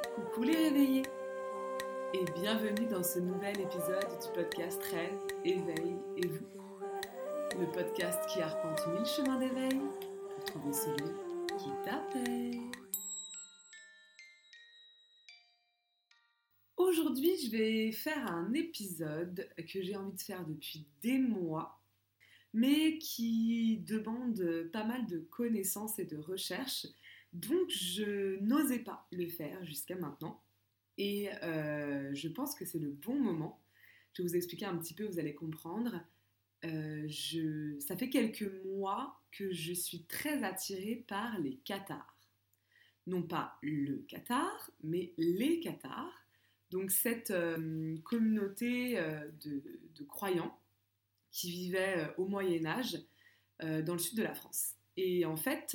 Coucou les réveillés et bienvenue dans ce nouvel épisode du podcast Rêve, Éveil et vous. Le podcast qui arpente 1000 chemins d'éveil pour trouver celui qui t'appelle. Aujourd'hui, je vais faire un épisode que j'ai envie de faire depuis des mois, mais qui demande pas mal de connaissances et de recherches, donc je n'osais pas le faire jusqu'à maintenant. Et je pense que c'est le bon moment. Je vais vous expliquer un petit peu, vous allez comprendre. Ça fait quelques mois que je suis très attirée par les cathares. Non pas le Qatar, mais les cathares. Donc cette communauté de croyants qui vivaient au Moyen-Âge dans le sud de la France. Et en fait,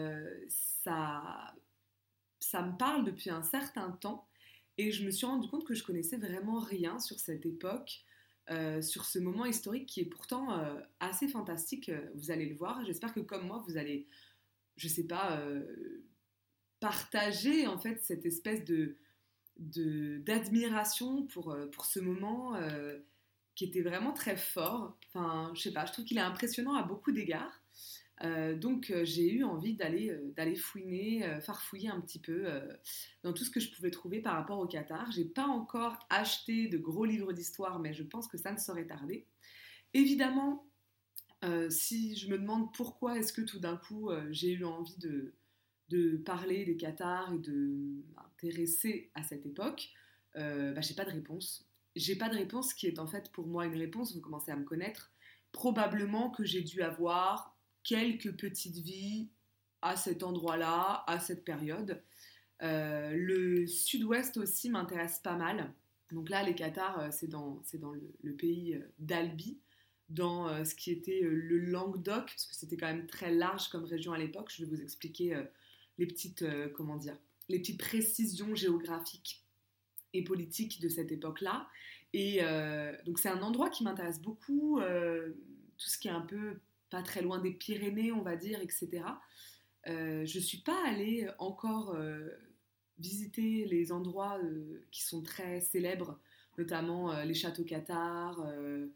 ça me parle depuis un certain temps. Et je me suis rendu compte que je connaissais vraiment rien sur cette époque, sur ce moment historique qui est pourtant assez fantastique. Vous allez le voir. J'espère que comme moi, vous allez, je sais pas, partager en fait cette espèce d'admiration pour ce moment qui était vraiment très fort. Enfin, je sais pas, je trouve qu'il est impressionnant à beaucoup d'égards. Donc j'ai eu envie d'aller fouiner, farfouiller un petit peu dans tout ce que je pouvais trouver par rapport au Qatar. J'ai pas encore acheté de gros livres d'histoire, mais je pense que ça ne saurait tarder. Évidemment, si je me demande pourquoi est-ce que tout d'un coup j'ai eu envie de parler des Qatars et de m'intéresser à cette époque, j'ai pas de réponse. J'ai pas de réponse qui est en fait pour moi une réponse, vous commencez à me connaître, probablement que j'ai dû avoir quelques petites vies à cet endroit-là, à cette période. Le sud-ouest aussi m'intéresse pas mal. Donc là, les Qatars, c'est dans le pays d'Albi, dans ce qui était le Languedoc, parce que c'était quand même très large comme région à l'époque. Je vais vous expliquer les petites précisions géographiques et politiques de cette époque-là. Et donc c'est un endroit qui m'intéresse beaucoup, tout ce qui est un peu pas très loin des Pyrénées, on va dire, etc. Je ne suis pas allée encore visiter les endroits qui sont très célèbres, notamment les châteaux cathares,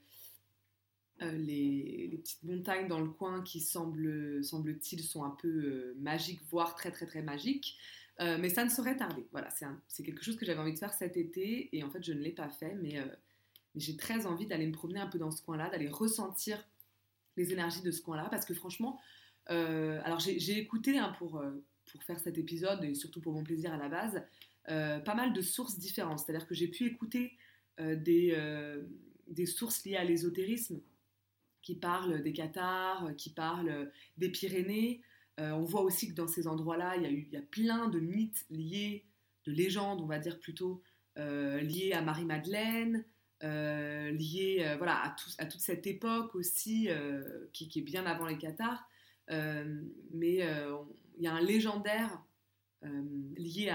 les petites montagnes dans le coin qui semble-t-il sont un peu magiques, voire très très très magiques. Mais ça ne saurait tarder. Voilà, c'est quelque chose que j'avais envie de faire cet été et en fait je ne l'ai pas fait, mais j'ai très envie d'aller me promener un peu dans ce coin-là, d'aller ressentir les énergies de ce coin-là, parce que franchement, alors j'ai écouté pour faire cet épisode, et surtout pour mon plaisir à la base, pas mal de sources différentes, c'est-à-dire que j'ai pu écouter des sources liées à l'ésotérisme, qui parlent des Qatars, qui parlent des Pyrénées. On voit aussi que dans ces endroits-là, il y a plein de mythes liés, de légendes, on va dire plutôt, liées à Marie-Madeleine, lié voilà, à toute cette époque aussi qui est bien avant les Qatars. Mais il y a un légendaire lié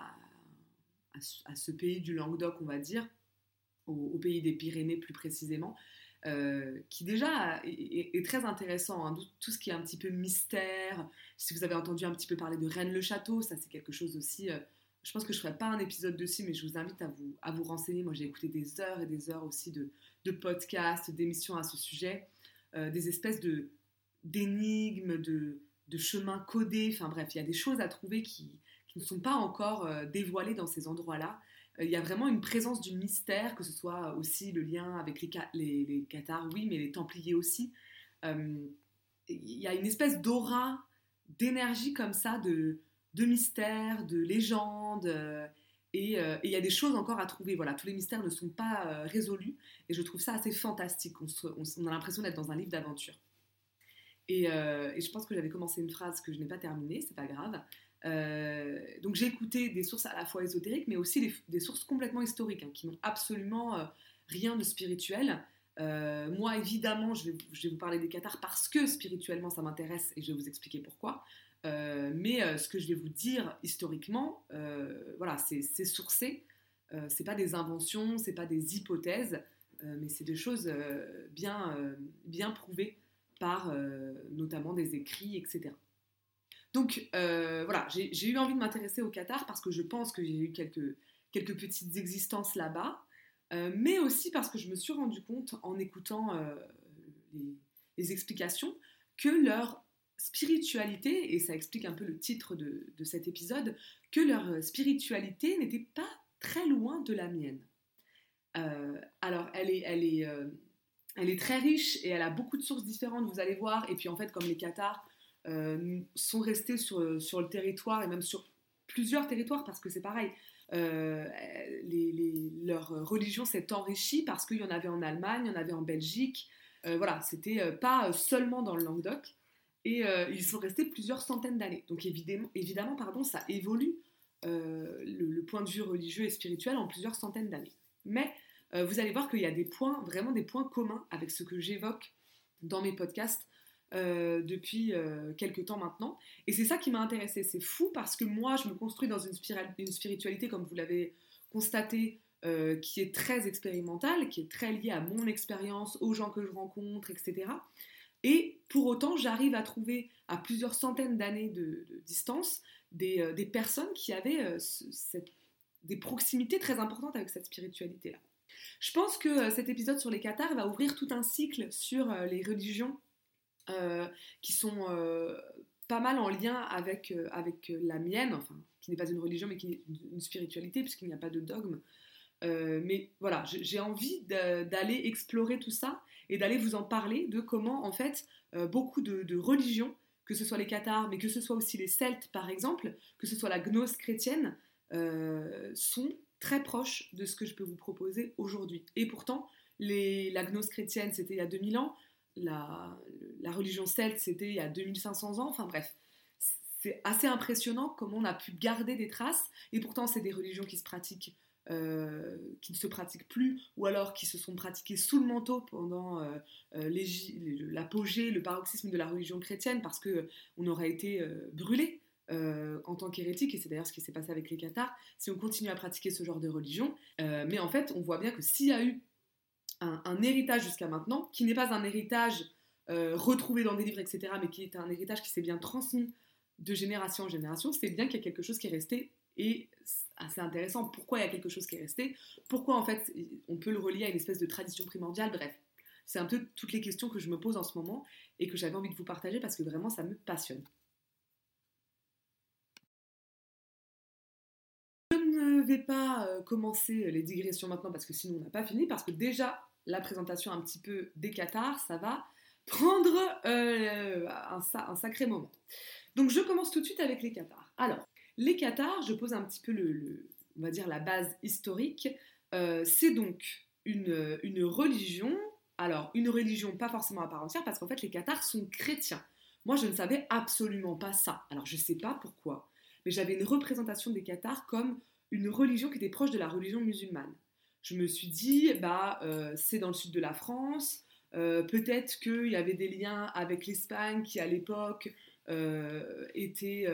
à ce pays du Languedoc, on va dire, au pays des Pyrénées plus précisément, qui déjà est très intéressant, hein, tout ce qui est un petit peu mystère. Si vous avez entendu un petit peu parler de Rennes-le-Château, ça c'est quelque chose aussi. Je pense que je ne ferai pas un épisode dessus, mais je vous invite à vous renseigner. Moi, j'ai écouté des heures et des heures aussi de podcasts, d'émissions à ce sujet, des espèces d'énigmes, de chemins codés. Enfin bref, il y a des choses à trouver qui ne sont pas encore dévoilées dans ces endroits-là. Il y a vraiment une présence du mystère, que ce soit aussi le lien avec les Cathares, oui, mais les Templiers aussi. Il y a une espèce d'aura, d'énergie comme ça, de mystère, de légende, et il y a des choses encore à trouver. Voilà, tous les mystères ne sont pas résolus, et je trouve ça assez fantastique. On a l'impression d'être dans un livre d'aventure. Et je pense que j'avais commencé une phrase que je n'ai pas terminée, c'est pas grave. Donc j'ai écouté des sources à la fois ésotériques, mais aussi des sources complètement historiques, hein, qui n'ont absolument rien de spirituel. Moi, évidemment, je vais vous parler des Qatars parce que spirituellement, ça m'intéresse et je vais vous expliquer pourquoi. Mais ce que je vais vous dire historiquement, voilà, c'est sourcé. C'est pas des inventions, c'est pas des hypothèses, mais c'est des choses bien prouvées par notamment des écrits, etc. Donc voilà, j'ai eu envie de m'intéresser au Qatar parce que je pense que j'ai eu quelques petites existences là-bas, mais aussi parce que je me suis rendu compte en écoutant les, les explications que leur spiritualité, et ça explique un peu le titre de cet épisode, que leur spiritualité n'était pas très loin de la mienne. Alors, elle est très riche et elle a beaucoup de sources différentes, vous allez voir. Et puis en fait, comme les Qatars sont restés sur le territoire et même sur plusieurs territoires, parce que c'est pareil, leur religion s'est enrichie parce qu'il y en avait en Allemagne, il y en avait en Belgique. Voilà, c'était pas seulement dans le Languedoc. Et ils sont restés plusieurs centaines d'années. Donc évidemment pardon, ça évolue le point de vue religieux et spirituel en plusieurs centaines d'années. Mais vous allez voir qu'il y a vraiment des points communs avec ce que j'évoque dans mes podcasts depuis quelques temps maintenant. Et c'est ça qui m'a intéressée. C'est fou parce que moi, je me construis dans une spiritualité, comme vous l'avez constaté, qui est très expérimentale, qui est très liée à mon expérience, aux gens que je rencontre, etc. Et pour autant, j'arrive à trouver à plusieurs centaines d'années de distance des personnes qui avaient des proximités très importantes avec cette spiritualité-là. Je pense que cet épisode sur les Qatars va ouvrir tout un cycle sur les religions qui sont pas mal en lien avec la mienne, enfin, qui n'est pas une religion mais qui est une spiritualité puisqu'il n'y a pas de dogme. Mais voilà, j'ai envie d'aller explorer tout ça et d'aller vous en parler de comment, en fait, beaucoup de religions, que ce soit les Cathares, mais que ce soit aussi les Celtes, par exemple, que ce soit la gnose chrétienne, sont très proches de ce que je peux vous proposer aujourd'hui. Et pourtant, la gnose chrétienne, c'était il y a 2000 ans, la religion celte, c'était il y a 2500 ans, enfin bref. C'est assez impressionnant comment on a pu garder des traces, et pourtant, c'est des religions qui se pratiquent qui ne se pratiquent plus ou alors qui se sont pratiquées sous le manteau pendant l'apogée, le paroxysme de la religion chrétienne parce qu'on aurait été brûlé en tant qu'hérétique, et c'est d'ailleurs ce qui s'est passé avec les Cathares, si on continue à pratiquer ce genre de religion. Mais en fait, on voit bien que s'il y a eu un héritage jusqu'à maintenant, qui n'est pas un héritage retrouvé dans des livres, etc., mais qui est un héritage qui s'est bien transmis de génération en génération, c'est bien qu'il y a quelque chose qui est resté. Et c'est assez intéressant, pourquoi il y a quelque chose qui est resté, pourquoi en fait on peut le relier à une espèce de tradition primordiale, bref. C'est un peu toutes les questions que je me pose en ce moment et que j'avais envie de vous partager parce que vraiment ça me passionne. Je ne vais pas commencer les digressions maintenant parce que sinon on n'a pas fini, parce que déjà la présentation un petit peu des Qatars, ça va prendre un sacré moment. Donc je commence tout de suite avec les Qatars. Alors, les Qatars, je pose un petit peu on va dire la base historique. C'est donc une religion, alors une religion pas forcément à part entière, parce qu'en fait les Qatars sont chrétiens. Moi je ne savais absolument pas ça. Alors je ne sais pas pourquoi, mais j'avais une représentation des Qatars comme une religion qui était proche de la religion musulmane. Je me suis dit, c'est dans le sud de la France, peut-être qu'il y avait des liens avec l'Espagne qui à l'époque était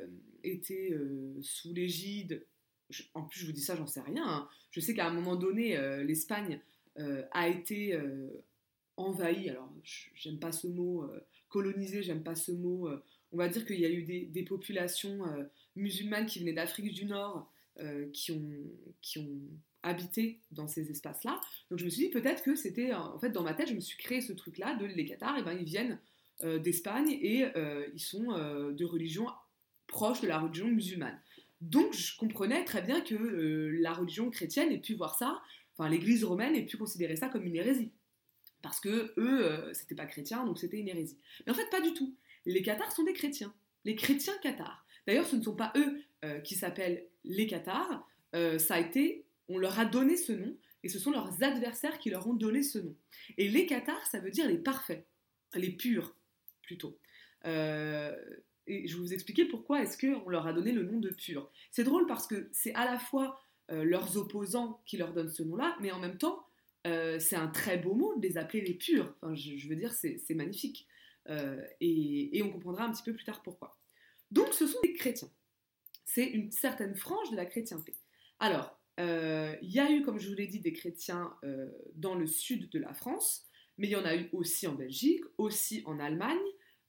sous l'égide, en plus je vous dis ça, j'en sais rien, hein. Je sais qu'à un moment donné, l'Espagne a été envahie, alors j'aime pas ce mot, colonisée, j'aime pas ce mot, on va dire qu'il y a eu des populations musulmanes qui venaient d'Afrique du Nord, qui ont habité dans ces espaces-là. Donc je me suis dit peut-être que c'était, en fait dans ma tête, je me suis créé ce truc-là de les Cathares, et ben ils viennent d'Espagne et ils sont de religion proche de la religion musulmane. Donc je comprenais très bien que la religion chrétienne ait pu voir ça, enfin l'église romaine ait pu considérer ça comme une hérésie. Parce que eux, c'était pas chrétien, donc c'était une hérésie. Mais en fait, pas du tout. Les Cathares sont des chrétiens. Les chrétiens cathares. D'ailleurs, ce ne sont pas eux qui s'appellent les Cathares. On leur a donné ce nom, et ce sont leurs adversaires qui leur ont donné ce nom. Et les Cathares, ça veut dire les parfaits, les purs, plutôt. Et je vais vous expliquer pourquoi est-ce qu'on leur a donné le nom de purs. C'est drôle parce que c'est à la fois leurs opposants qui leur donnent ce nom-là, mais en même temps, c'est un très beau mot de les appeler les purs. Enfin, je veux dire, c'est magnifique. Et on comprendra un petit peu plus tard pourquoi. Donc, ce sont des chrétiens. C'est une certaine frange de la chrétienté. Alors, il y a eu, comme je vous l'ai dit, des chrétiens dans le sud de la France, mais il y en a eu aussi en Belgique, aussi en Allemagne,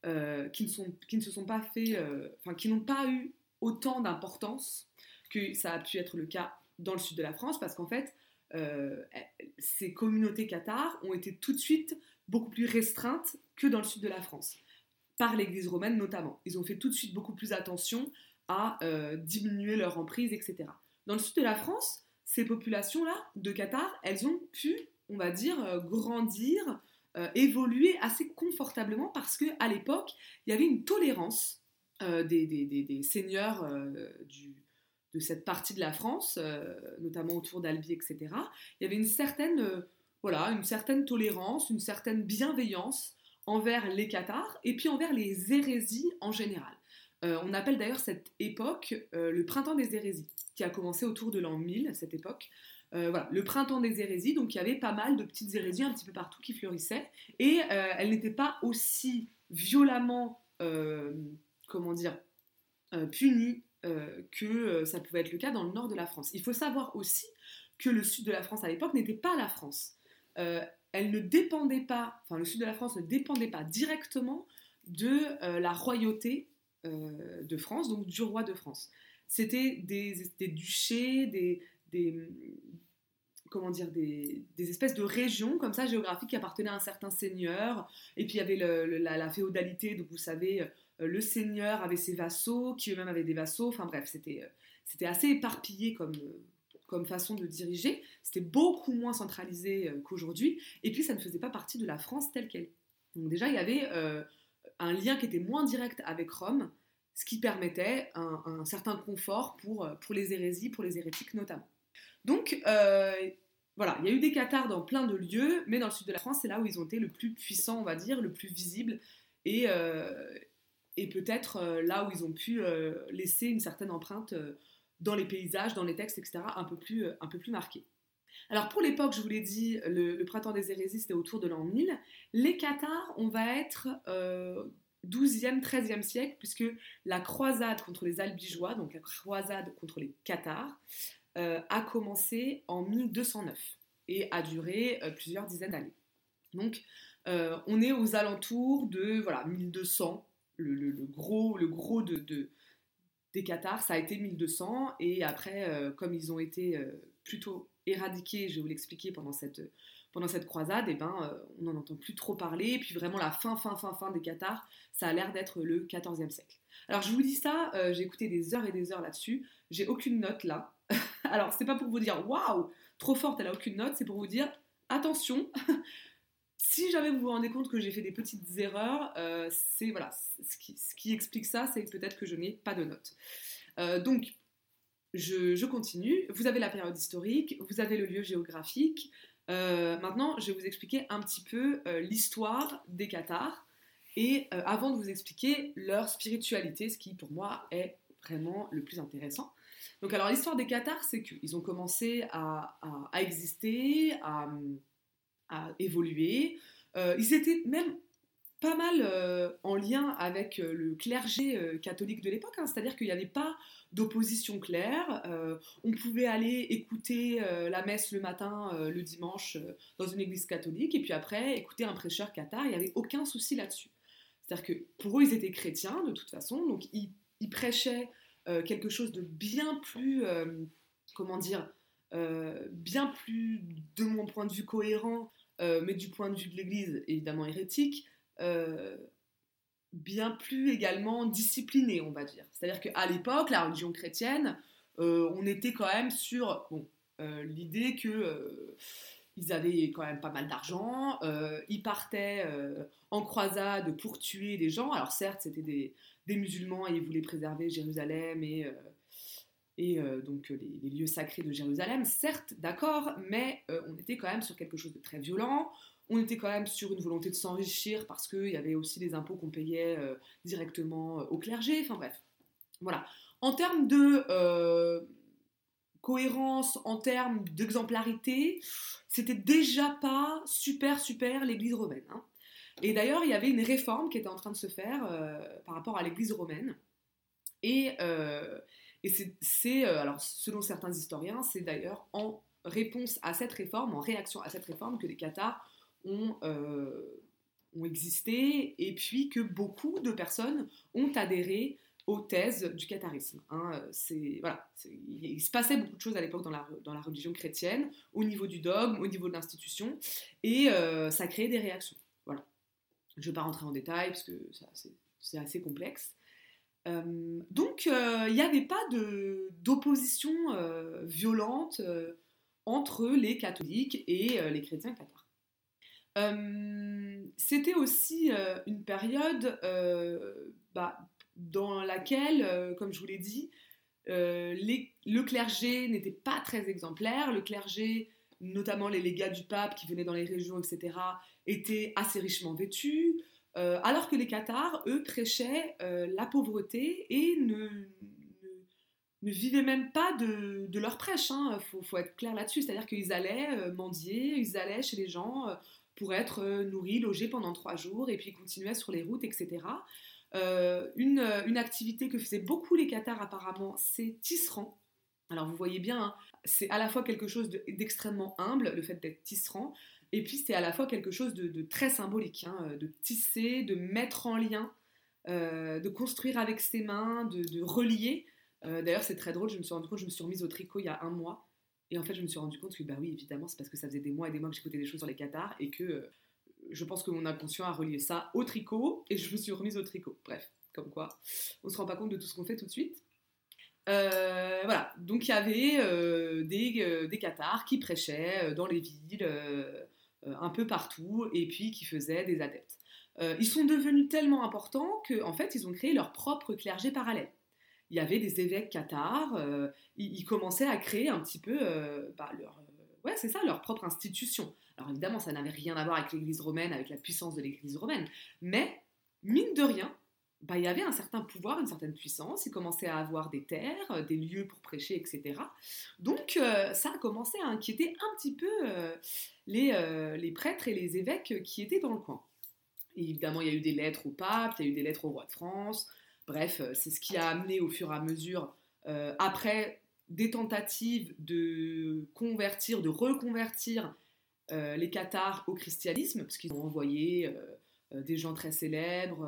qui ne se sont pas fait, qui n'ont pas eu autant d'importance que ça a pu être le cas dans le sud de la France, parce qu'en fait, ces communautés cathares ont été tout de suite beaucoup plus restreintes que dans le sud de la France, par l'Église romaine notamment. Ils ont fait tout de suite beaucoup plus attention à diminuer leur emprise, etc. Dans le sud de la France, ces populations-là de Cathares, elles ont pu, on va dire, grandir, évoluer assez confortablement parce qu'à l'époque, il y avait une tolérance des seigneurs de cette partie de la France, notamment autour d'Albi, etc. Il y avait une certaine tolérance, une certaine bienveillance envers les cathares et puis envers les hérésies en général. On appelle d'ailleurs cette époque le printemps des hérésies, qui a commencé autour de l'an 1000, cette époque. Le printemps des hérésies, donc il y avait pas mal de petites hérésies un petit peu partout qui fleurissaient, et elles n'étaient pas aussi violemment, punies que ça pouvait être le cas dans le nord de la France. Il faut savoir aussi que le sud de la France à l'époque n'était pas la France. Elle ne dépendait pas, le sud de la France ne dépendait pas directement de la royauté de France, donc du roi de France. C'était des duchés, des espèces de régions comme ça géographiques qui appartenaient à un certain seigneur, et puis il y avait la féodalité, donc vous savez, le seigneur avait ses vassaux, qui eux-mêmes avaient des vassaux, enfin bref, c'était assez éparpillé comme façon de diriger, c'était beaucoup moins centralisé qu'aujourd'hui, et puis ça ne faisait pas partie de la France telle qu'elle. Donc déjà, il y avait un lien qui était moins direct avec Rome, ce qui permettait un certain confort pour les hérésies, pour les hérétiques notamment. Donc, voilà, il y a eu des cathares dans plein de lieux, mais dans le sud de la France, c'est là où ils ont été le plus puissants, on va dire, le plus visibles, et peut-être là où ils ont pu laisser une certaine empreinte dans les paysages, dans les textes, etc., un peu plus marquée. Alors pour l'époque, je vous l'ai dit, le printemps des hérésies, c'était autour de l'an 1000. Les cathares, on va être 12e, 13e siècle, puisque la croisade contre les albigeois, donc la croisade contre les cathares, a commencé en 1209 et a duré plusieurs dizaines d'années. Donc on est aux alentours de 1200, le gros des cathares, ça a été 1200, et après, comme ils ont été plutôt éradiqués, je vais vous l'expliquer, pendant cette croisade, on n'en entend plus trop parler, et puis vraiment la fin des cathares, ça a l'air d'être le XIVe siècle. Alors je vous dis ça, j'ai écouté des heures et des heures là-dessus, j'ai aucune note là. Alors c'est pas pour vous dire waouh, trop forte, elle a aucune note, c'est pour vous dire attention. Si jamais vous vous rendez compte que j'ai fait des petites erreurs, ce qui explique ça, c'est peut-être que je n'ai pas de notes. Donc, je continue. Vous avez la période historique, vous avez le lieu géographique. Maintenant, je vais vous expliquer un petit peu l'histoire des cathares, et avant de vous expliquer leur spiritualité, ce qui pour moi est vraiment le plus intéressant. Donc alors, l'histoire des cathares, c'est qu'ils ont commencé à exister, à évoluer. Ils étaient même pas mal en lien avec le clergé catholique de l'époque, hein, c'est-à-dire qu'il n'y avait pas d'opposition claire. On pouvait aller écouter la messe le matin, le dimanche, dans une église catholique, et puis après écouter un prêcheur cathare, il n'y avait aucun souci là-dessus. C'est-à-dire que pour eux, ils étaient chrétiens de toute façon, donc ils prêchaient quelque chose de bien plus, bien plus, de mon point de vue, cohérent, mais du point de vue de l'Église, évidemment hérétique, bien plus également discipliné, on va dire. C'est-à-dire qu'à l'époque, la religion chrétienne, on était quand même sur l'idée que ils avaient quand même pas mal d'argent, ils partaient en croisade pour tuer des gens. Alors certes, c'était des musulmans et ils voulaient préserver Jérusalem et donc les lieux sacrés de Jérusalem, certes, d'accord, mais on était quand même sur quelque chose de très violent. On était quand même sur une volonté de s'enrichir parce qu'il y avait aussi des impôts qu'on payait directement au clergé, enfin bref. Voilà. En termes de cohérence, en termes d'exemplarité, c'était déjà pas super l'église romaine, hein. Et d'ailleurs, il y avait une réforme qui était en train de se faire par rapport à l'église romaine. Et alors, selon certains historiens, c'est d'ailleurs en réponse à cette réforme, en réaction à cette réforme, que les cathares ont ont existé, et puis que beaucoup de personnes ont adhéré aux thèses du catharisme. Il se passait beaucoup de choses à l'époque dans la religion chrétienne, au niveau du dogme, au niveau de l'institution, et ça créait des réactions. Voilà. Je ne vais pas rentrer en détail, parce que c'est assez complexe. Donc, il n'y avait pas d'opposition violente entre les catholiques et les chrétiens cathares. C'était aussi une période dans laquelle, comme je vous l'ai dit, le clergé n'était pas très exemplaire. Le clergé, notamment les légats du pape qui venaient dans les régions, etc., étaient assez richement vêtus, alors que les cathares, eux, prêchaient la pauvreté et ne vivaient même pas de leur prêche. Faut être clair là-dessus, c'est-à-dire qu'ils allaient mendier, ils allaient chez les gens pour être nourris, logés pendant 3 jours, et puis ils continuaient sur les routes, etc. Une activité que faisaient beaucoup les cathares apparemment, c'est tisserand. Alors vous voyez bien, hein, c'est à la fois quelque chose d'extrêmement humble, le fait d'être tisserand, et puis c'est à la fois quelque chose de très symbolique, hein, de tisser, de mettre en lien, de construire avec ses mains, de relier. D'ailleurs c'est très drôle, je me suis rendu compte, je me suis remise au tricot il y a 1 mois, et en fait je me suis rendu compte que bah oui évidemment c'est parce que ça faisait des mois et des mois que j'écoutais des choses sur les cathares, et que je pense que mon inconscient a relié ça au tricot, et je me suis remise au tricot. Bref, comme quoi, on se rend pas compte de tout ce qu'on fait tout de suite. Voilà, donc il y avait des cathares qui prêchaient dans les villes, un peu partout, et puis qui faisaient des adeptes. Ils sont devenus tellement importants qu'en fait, ils ont créé leur propre clergé parallèle. Il y avait des évêques cathares, ils commençaient à créer un petit peu leur propre institution. Alors évidemment, ça n'avait rien à voir avec l'Église romaine, avec la puissance de l'Église romaine, mais mine de rien, il y avait un certain pouvoir, une certaine puissance, ils commençaient à avoir des terres, des lieux pour prêcher, etc. Donc ça a commencé à inquiéter un petit peu les prêtres et les évêques qui étaient dans le coin. Et évidemment, il y a eu des lettres au pape, il y a eu des lettres au roi de France. Bref, c'est ce qui a amené au fur et à mesure, après des tentatives de reconvertir les cathares au christianisme, parce qu'ils ont envoyé des gens très célèbres,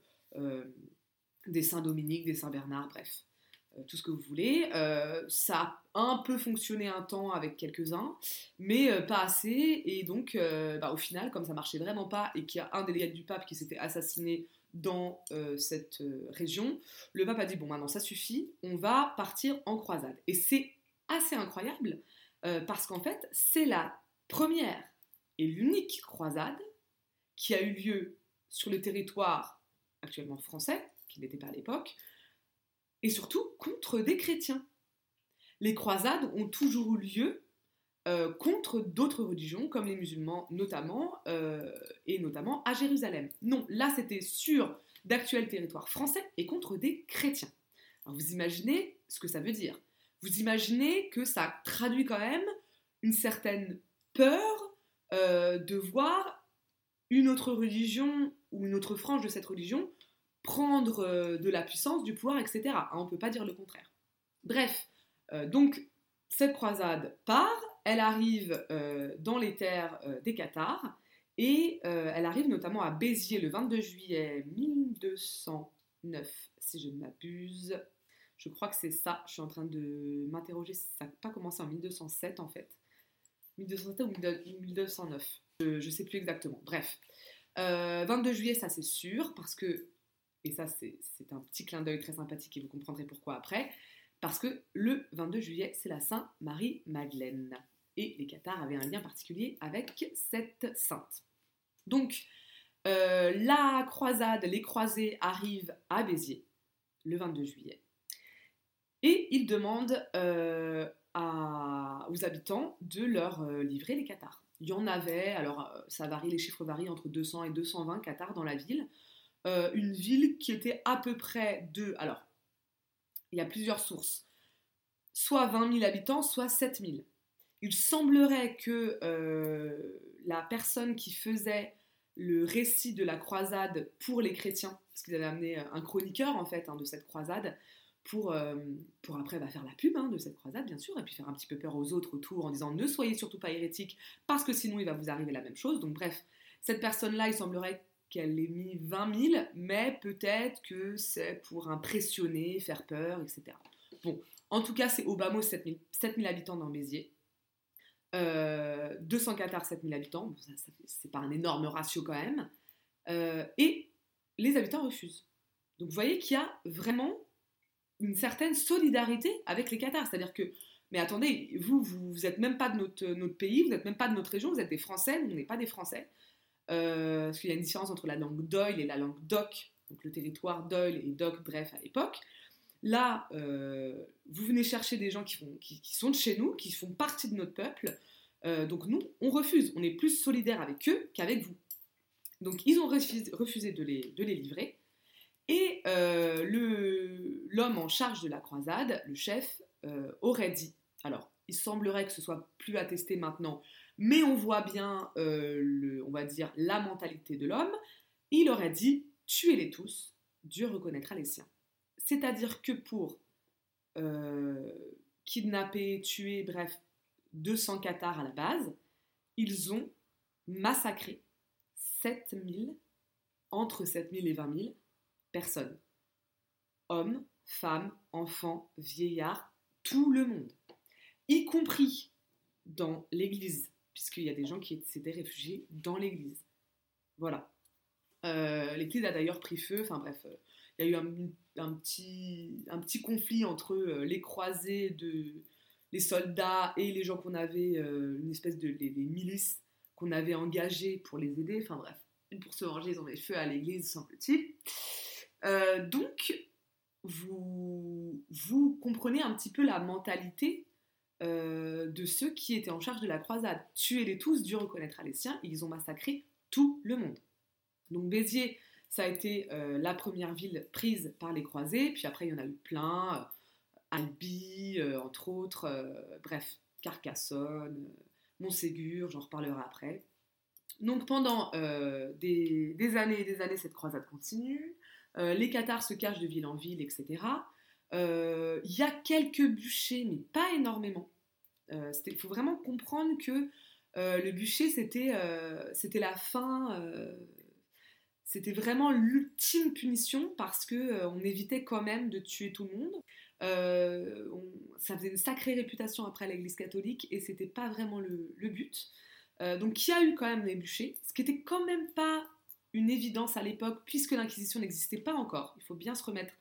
des saints Dominique, des saints Bernard, bref, tout ce que vous voulez. Ça a un peu fonctionné un temps avec quelques-uns, mais pas assez, et donc au final, comme ça marchait vraiment pas, et qu'il y a un délégué du pape qui s'était assassiné dans cette région, le pape a dit, bon maintenant ça suffit, on va partir en croisade. Et c'est assez incroyable, parce qu'en fait, c'est la première et l'unique croisade qui a eu lieu sur le territoire actuellement français, qui n'était pas à l'époque, et surtout contre des chrétiens. Les croisades ont toujours eu lieu contre d'autres religions, comme les musulmans notamment, et notamment à Jérusalem. Non, là c'était sur d'actuels territoires français et contre des chrétiens. Alors vous imaginez ce que ça veut dire. Vous imaginez que ça traduit quand même une certaine peur de voir une autre religion ou une autre frange de cette religion prendre de la puissance, du pouvoir, etc. On ne peut pas dire le contraire. Bref, donc cette croisade part, elle arrive dans les terres des Cathares, et elle arrive notamment à Béziers le 22 juillet 1209, si je ne m'abuse. Je crois que c'est ça, je suis en train de m'interroger si ça n'a pas commencé en 1207 en fait. 1207 ou 1209, je ne sais plus exactement. Bref, 22 juillet, ça c'est sûr, parce que, et ça c'est un petit clin d'œil très sympathique et vous comprendrez pourquoi après, parce que le 22 juillet, c'est la Sainte Marie-Madeleine. Et les Cathares avaient un lien particulier avec cette sainte. Donc, la croisade, les croisés arrivent à Béziers le 22 juillet. Et ils demandent aux habitants de leur livrer les cathares. Il y en avait, alors ça varie, les chiffres varient entre 200 et 220 cathares dans la ville. Une ville qui était à peu près alors, il y a plusieurs sources. Soit 20 000 habitants, soit 7 000. Il semblerait que la personne qui faisait le récit de la croisade pour les chrétiens, parce qu'ils avaient amené un chroniqueur en fait de cette croisade, pour après faire la pub de cette croisade bien sûr, et puis faire un petit peu peur aux autres autour en disant ne soyez surtout pas hérétiques parce que sinon il va vous arriver la même chose. Donc bref, cette personne-là, il semblerait qu'elle ait mis 20 000, mais peut-être que c'est pour impressionner, faire peur, etc. Bon, en tout cas, c'est au bas mot 7 000 habitants dans Béziers. 200 cathares, 7 000 habitants, bon, c'est pas un énorme ratio quand même. Et les habitants refusent. Donc vous voyez qu'il y a vraiment une certaine solidarité avec les cathares. C'est-à-dire que, mais attendez, vous n'êtes même pas de notre pays, vous n'êtes même pas de notre région, vous êtes des Français, nous on n'est pas des Français. Parce qu'il y a une différence entre la langue d'Oïl et la langue d'Oc, donc le territoire d'Oïl et d'Oc, bref, à l'époque. Là, vous venez chercher des gens qui sont de chez nous, qui font partie de notre peuple, donc nous, on refuse, on est plus solidaires avec eux qu'avec vous. Donc ils ont refusé de les livrer, et l'homme en charge de la croisade, le chef, aurait dit, alors il semblerait que ce soit plus attesté maintenant, mais on voit bien, on va dire, la mentalité de l'homme, il aurait dit « tuez-les tous, Dieu reconnaîtra les siens ». C'est-à-dire que pour kidnapper, tuer, bref, 200 cathares à la base, ils ont massacré 7000, entre 7000 et 20 000 personnes. Hommes, femmes, enfants, vieillards, tout le monde. Y compris dans l'église, puisqu'il y a des gens qui s'étaient réfugiés dans l'église. Voilà. L'église a d'ailleurs pris feu, enfin bref, il y a eu un petit conflit entre les croisés, les soldats et les gens qu'on avait, une espèce de les milices qu'on avait engagées pour les aider, enfin bref, pour se venger, ils ont mis feu à l'église, semble-t-il. Donc, vous comprenez un petit peu la mentalité de ceux qui étaient en charge de la croisade. Tuez-les tous, Dieu reconnaîtra les siens, ils ont massacré tout le monde. Donc Béziers, ça a été la première ville prise par les croisés, puis après il y en a eu plein, Albi, entre autres, bref, Carcassonne, Montségur, j'en reparlerai après. Donc pendant des années et des années, cette croisade continue, les cathares se cachent de ville en ville, etc. Il y a quelques bûchers, mais pas énormément. Il faut vraiment comprendre que le bûcher, c'était la fin... C'était vraiment l'ultime punition parce qu'on évitait quand même de tuer tout le monde. Ça faisait une sacrée réputation après l'Église catholique et c'était pas vraiment le but. Donc il y a eu quand même des bûchers, ce qui était quand même pas une évidence à l'époque puisque l'Inquisition n'existait pas encore. Il faut bien se remettre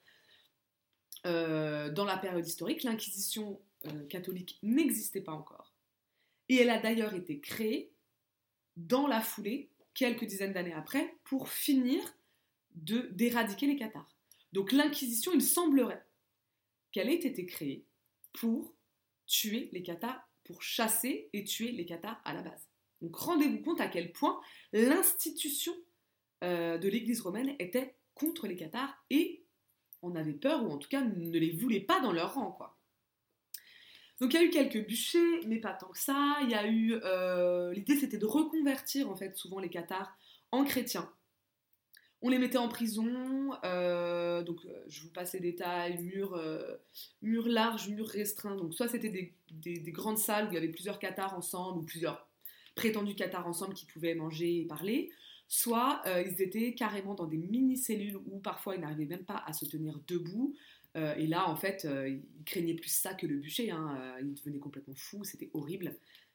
dans la période historique. L'Inquisition catholique n'existait pas encore. Et elle a d'ailleurs été créée dans la foulée, quelques dizaines d'années après, pour finir d'éradiquer les cathares. Donc l'Inquisition, il semblerait qu'elle ait été créée pour tuer les cathares, pour chasser et tuer les cathares à la base. Donc rendez-vous compte à quel point l'institution de l'Église romaine était contre les cathares et on avait peur, ou en tout cas ne les voulait pas dans leur rang, quoi. Donc il y a eu quelques bûchers, mais pas tant que ça. Il y a eu l'idée, c'était de reconvertir en fait souvent les cathares en chrétiens. On les mettait en prison, donc je vous passe les détails, murs larges, murs restreints. Donc soit c'était des grandes salles où il y avait plusieurs cathares ensemble, ou plusieurs prétendus cathares ensemble qui pouvaient manger et parler, soit ils étaient carrément dans des mini-cellules où parfois ils n'arrivaient même pas à se tenir debout. Et là, en fait, ils craignaient plus ça que le bûcher. Ils devenaient complètement fous, c'était horrible.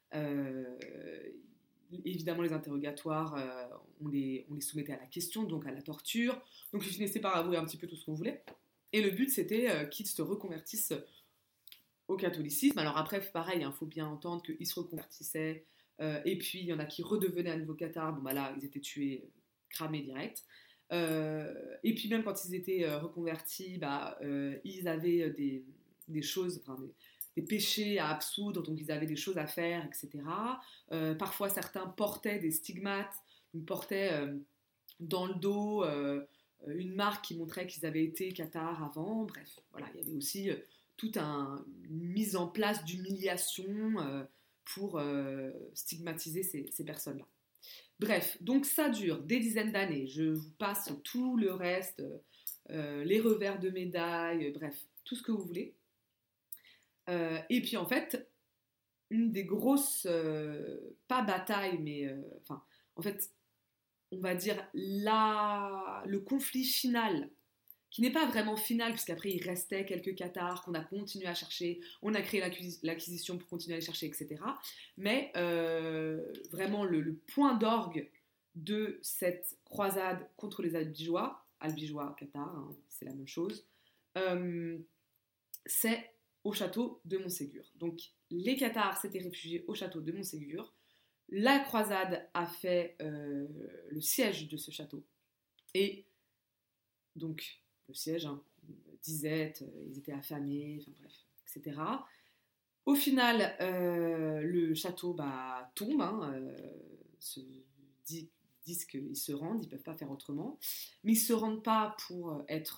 Évidemment, les interrogatoires, on les soumettait à la question, donc à la torture. Donc, ils finissaient par avouer un petit peu tout ce qu'on voulait. Et le but, c'était qu'ils se reconvertissent au catholicisme. Alors après, pareil, il faut bien entendre qu'ils se reconvertissaient. Et puis, il y en a qui redevenaient à nouveau cathares. Bon, bah là, ils étaient tués, cramés direct. Et puis même quand ils étaient reconvertis, ils avaient des choses, enfin, des péchés à absoudre, donc ils avaient des choses à faire, etc. Parfois certains portaient des stigmates, ils portaient dans le dos une marque qui montrait qu'ils avaient été cathares avant. Bref, voilà, il y avait aussi toute une mise en place d'humiliation pour stigmatiser ces personnes-là. Bref, donc ça dure des dizaines d'années. Je vous passe tout le reste, les revers de médaille, bref, tout ce que vous voulez. Et puis en fait, une des grosses, pas batailles, mais en fait, on va dire, le conflit final, qui n'est pas vraiment final, puisqu'après il restait quelques cathares qu'on a continué à chercher, on a créé l'acquisition pour continuer à les chercher, etc. Mais vraiment le point d'orgue de cette croisade contre les albigeois cathares, hein, c'est la même chose, c'est au château de Montségur. Donc les cathares s'étaient réfugiés au château de Montségur. La croisade a fait le siège de ce château. Et donc, le siège, hein, disette, ils étaient affamés, enfin bref, etc. Au final, le château tombe, hein, disent qu'ils se rendent, ils ne peuvent pas faire autrement. Mais ils ne se rendent pas pour être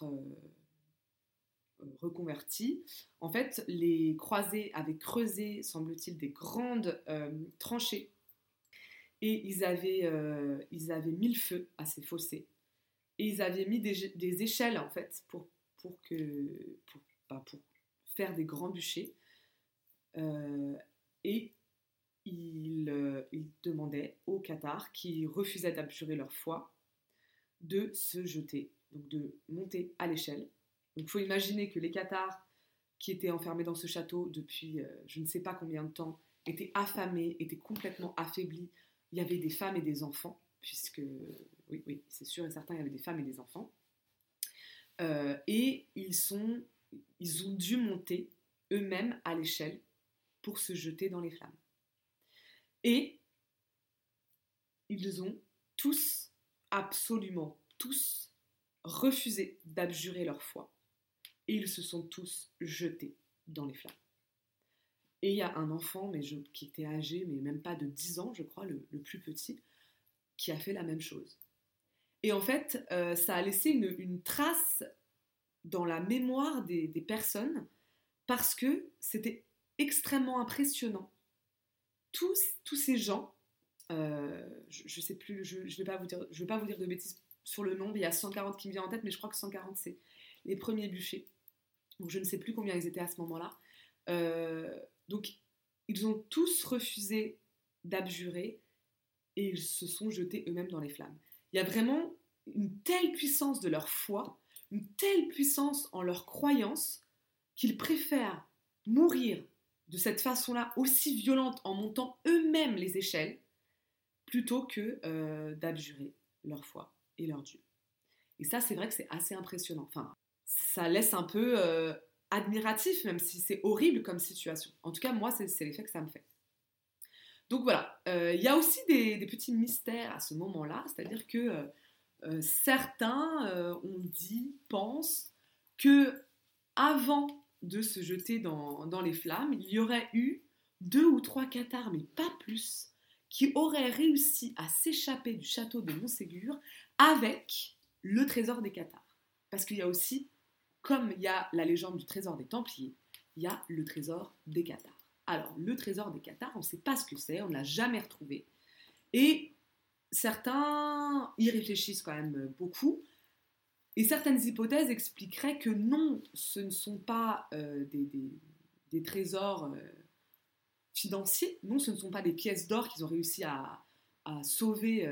reconvertis. En fait, les croisés avaient creusé, semble-t-il, des grandes tranchées. Et ils avaient mis le feu à ces fossés. Et ils avaient mis des échelles, en fait, pour faire des grands bûchers. Et ils demandaient aux cathares qui refusaient d'abjurer leur foi de se jeter, donc de monter à l'échelle. Donc il faut imaginer que les cathares qui étaient enfermés dans ce château depuis je ne sais pas combien de temps étaient affamés, étaient complètement affaiblis. Il y avait des femmes et des enfants, puisque, oui, c'est sûr et certain, il y avait des femmes et des enfants. Et ils ont dû monter eux-mêmes à l'échelle pour se jeter dans les flammes. Et ils ont tous, absolument tous, refusé d'abjurer leur foi. Et ils se sont tous jetés dans les flammes. Et il y a un enfant qui était âgé, mais même pas de 10 ans, je crois, le plus petit, qui a fait la même chose. Et en fait, ça a laissé une trace dans la mémoire des personnes parce que c'était extrêmement impressionnant. Tous ces gens, je sais plus, je vais pas vous dire de bêtises sur le nombre, il y a 140 qui me vient en tête, mais je crois que 140 c'est les premiers bûchers. Donc je ne sais plus combien ils étaient à ce moment-là. Donc ils ont tous refusé d'abjurer et ils se sont jetés eux-mêmes dans les flammes. Il y a vraiment une telle puissance de leur foi, une telle puissance en leur croyance qu'ils préfèrent mourir de cette façon-là aussi violente en montant eux-mêmes les échelles plutôt que d'abjurer leur foi et leur Dieu. Et ça, c'est vrai que c'est assez impressionnant. Enfin, ça laisse un peu admiratif, même si c'est horrible comme situation. En tout cas, moi, c'est l'effet que ça me fait. Donc voilà, il y a aussi des petits mystères à ce moment-là, c'est-à-dire que certains, pensent que avant de se jeter dans les flammes, il y aurait eu 2 ou 3 cathares, mais pas plus, qui auraient réussi à s'échapper du château de Montségur avec le trésor des cathares. Parce qu'il y a aussi, comme il y a la légende du trésor des Templiers, il y a le trésor des cathares. Alors, le trésor des cathares, on ne sait pas ce que c'est, on ne l'a jamais retrouvé. Et certains y réfléchissent quand même beaucoup. Et certaines hypothèses expliqueraient que non, ce ne sont pas des trésors financiers, non, ce ne sont pas des pièces d'or qu'ils ont réussi à sauver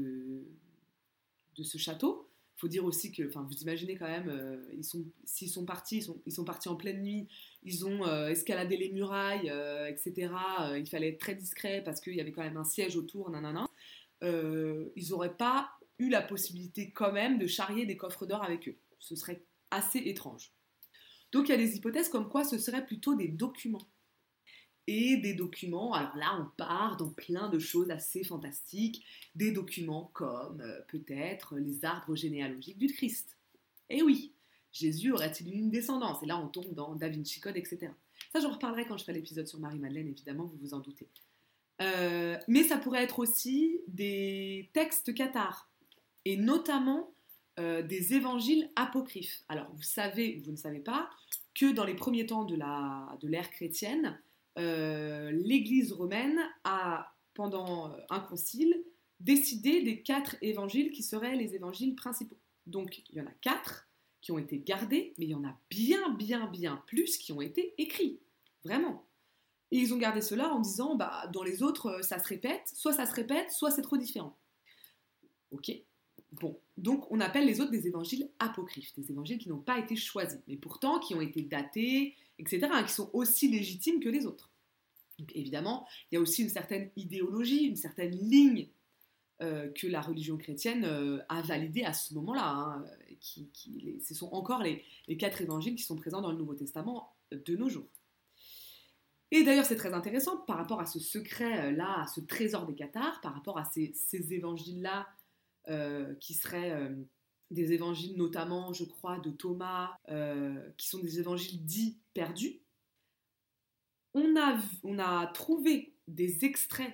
de ce château. Il faut dire aussi que, vous imaginez quand même, s'ils sont partis en pleine nuit, ils ont escaladé les murailles, etc. Il fallait être très discret parce qu'il y avait quand même un siège autour, nanana. Ils n'auraient pas eu la possibilité quand même de charrier des coffres d'or avec eux. Ce serait assez étrange. Donc il y a des hypothèses comme quoi ce seraient plutôt des documents. Et des documents, alors là on part dans plein de choses assez fantastiques, des documents comme peut-être les arbres généalogiques du Christ. Et oui, Jésus aurait-il une descendance? Et là on tombe dans Da Vinci Code, etc. Ça j'en reparlerai quand je ferai l'épisode sur Marie-Madeleine, évidemment, vous vous en doutez. Mais ça pourrait être aussi des textes cathares, et notamment des évangiles apocryphes. Alors vous savez, ou vous ne savez pas, que dans les premiers temps de l'ère chrétienne, l'Église romaine a, pendant un concile, décidé des 4 évangiles qui seraient les évangiles principaux. Donc il y en a 4 qui ont été gardés, mais il y en a bien plus qui ont été écrits, vraiment. Et ils ont gardé cela en disant, dans les autres, ça se répète, soit c'est trop différent. Ok. Bon, donc on appelle les autres des évangiles apocryphes, des évangiles qui n'ont pas été choisis, mais pourtant qui ont été datés, etc., hein, qui sont aussi légitimes que les autres. Donc évidemment, il y a aussi une certaine idéologie, une certaine ligne que la religion chrétienne a validée à ce moment-là. Hein, ce sont encore les 4 évangiles qui sont présents dans le Nouveau Testament de nos jours. Et d'ailleurs, c'est très intéressant par rapport à ce secret-là, à ce trésor des cathares, par rapport à ces évangiles-là qui seraient des évangiles notamment, je crois, de Thomas, qui sont des évangiles dits perdus. On a trouvé des extraits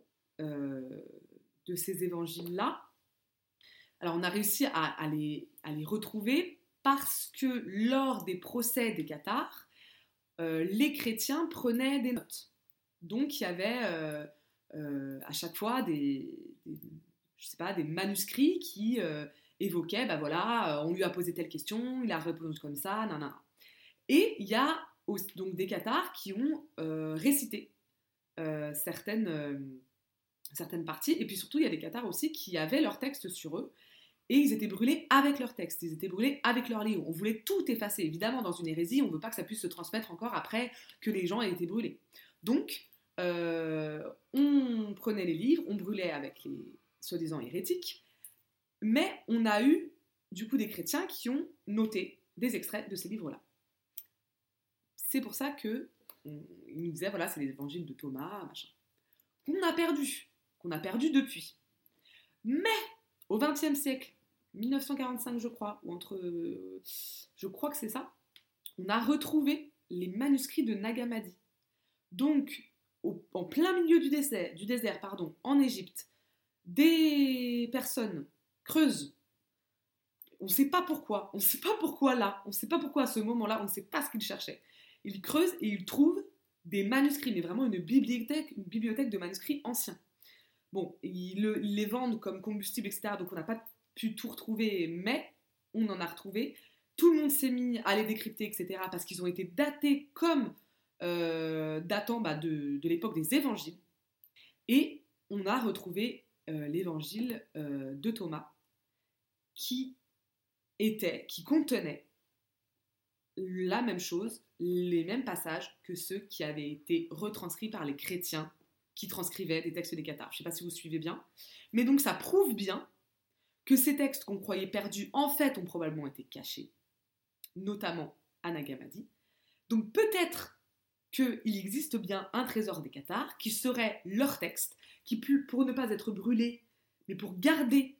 de ces évangiles-là. Alors, on a réussi à les retrouver parce que lors des procès des cathares, les chrétiens prenaient des notes. Donc, il y avait à chaque fois des manuscrits qui évoquaient, bah voilà, on lui a posé telle question, il a répondu comme ça, nanana. Et il y a donc des cathares qui ont récité certaines parties, et puis surtout il y a des cathares aussi qui avaient leur texte sur eux, et ils étaient brûlés avec leur texte, ils étaient brûlés avec leur livre. On voulait tout effacer. Évidemment, dans une hérésie, on ne veut pas que ça puisse se transmettre encore après que les gens aient été brûlés. Donc, on prenait les livres, on brûlait avec les soi-disant hérétiques, mais on a eu du coup des chrétiens qui ont noté des extraits de ces livres-là. C'est pour ça qu'ils nous disaient, voilà, c'est les évangiles de Thomas, machin, qu'on a perdu depuis. Mais au XXe siècle, 1945 je crois, je crois que c'est ça, on a retrouvé les manuscrits de Nag Hammadi. Donc, en plein milieu du désert, en Égypte, des personnes creusent. On ne sait pas pourquoi là, on ne sait pas pourquoi à ce moment-là, on ne sait pas ce qu'ils cherchaient. Ils creusent et ils trouvent des manuscrits, mais vraiment une bibliothèque de manuscrits anciens. Bon, ils les vendent comme combustible, etc. Donc on n'a pas pu tout retrouver, mais on en a retrouvé. Tout le monde s'est mis à les décrypter, etc. parce qu'ils ont été datés comme datant de l'époque des évangiles. Et on a retrouvé l'évangile de Thomas qui contenait la même chose, les mêmes passages que ceux qui avaient été retranscrits par les chrétiens qui transcrivaient des textes des cathares. Je ne sais pas si vous suivez bien. Mais donc ça prouve bien que ces textes qu'on croyait perdus, en fait, ont probablement été cachés, notamment à Nag Hammadi. Donc peut-être qu'il existe bien un trésor des cathares qui serait leur texte, qui, pour ne pas être brûlé, mais pour garder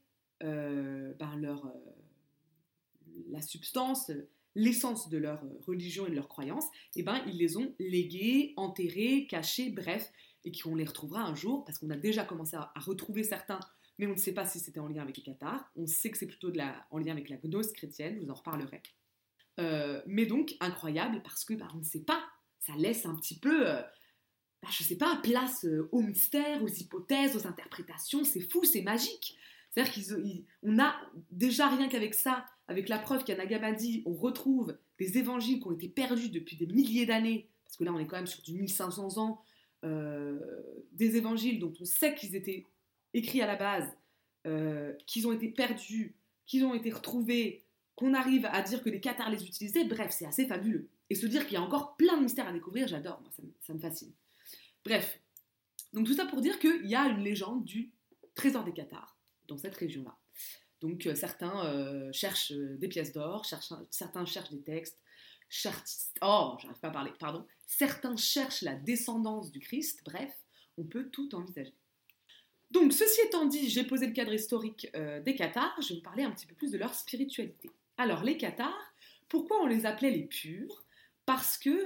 la substance, l'essence de leur religion et de leur croyance, ils les ont légués, enterrés, cachés, bref, et qu'on les retrouvera un jour, parce qu'on a déjà commencé à retrouver certains, mais on ne sait pas si c'était en lien avec les cathares. On sait que c'est plutôt en lien avec la gnose chrétienne, je vous en reparlerai. Mais donc, incroyable, parce que on ne sait pas, ça laisse un petit peu, je ne sais pas, place aux mystères, aux hypothèses, aux interprétations, c'est fou, c'est magique. C'est-à-dire qu'on a déjà rien qu'avec ça, avec la preuve qu'à Nag Hammadi, on retrouve des évangiles qui ont été perdus depuis des milliers d'années, parce que là on est quand même sur du 1500 ans, des évangiles dont on sait qu'ils étaient écrits à la base, qu'ils ont été perdus, qu'ils ont été retrouvés, qu'on arrive à dire que les cathares les utilisaient, bref, c'est assez fabuleux. Et se dire qu'il y a encore plein de mystères à découvrir, j'adore, moi, ça me fascine. Bref, donc tout ça pour dire qu'il y a une légende du trésor des cathares dans cette région-là. Donc certains cherchent des pièces d'or, certains cherchent des textes, j'arrive pas à parler, pardon. Certains cherchent la descendance du Christ, bref, on peut tout envisager. Donc ceci étant dit, j'ai posé le cadre historique des cathares, je vais vous parler un petit peu plus de leur spiritualité. Alors les cathares, pourquoi on les appelait les purs ? Parce que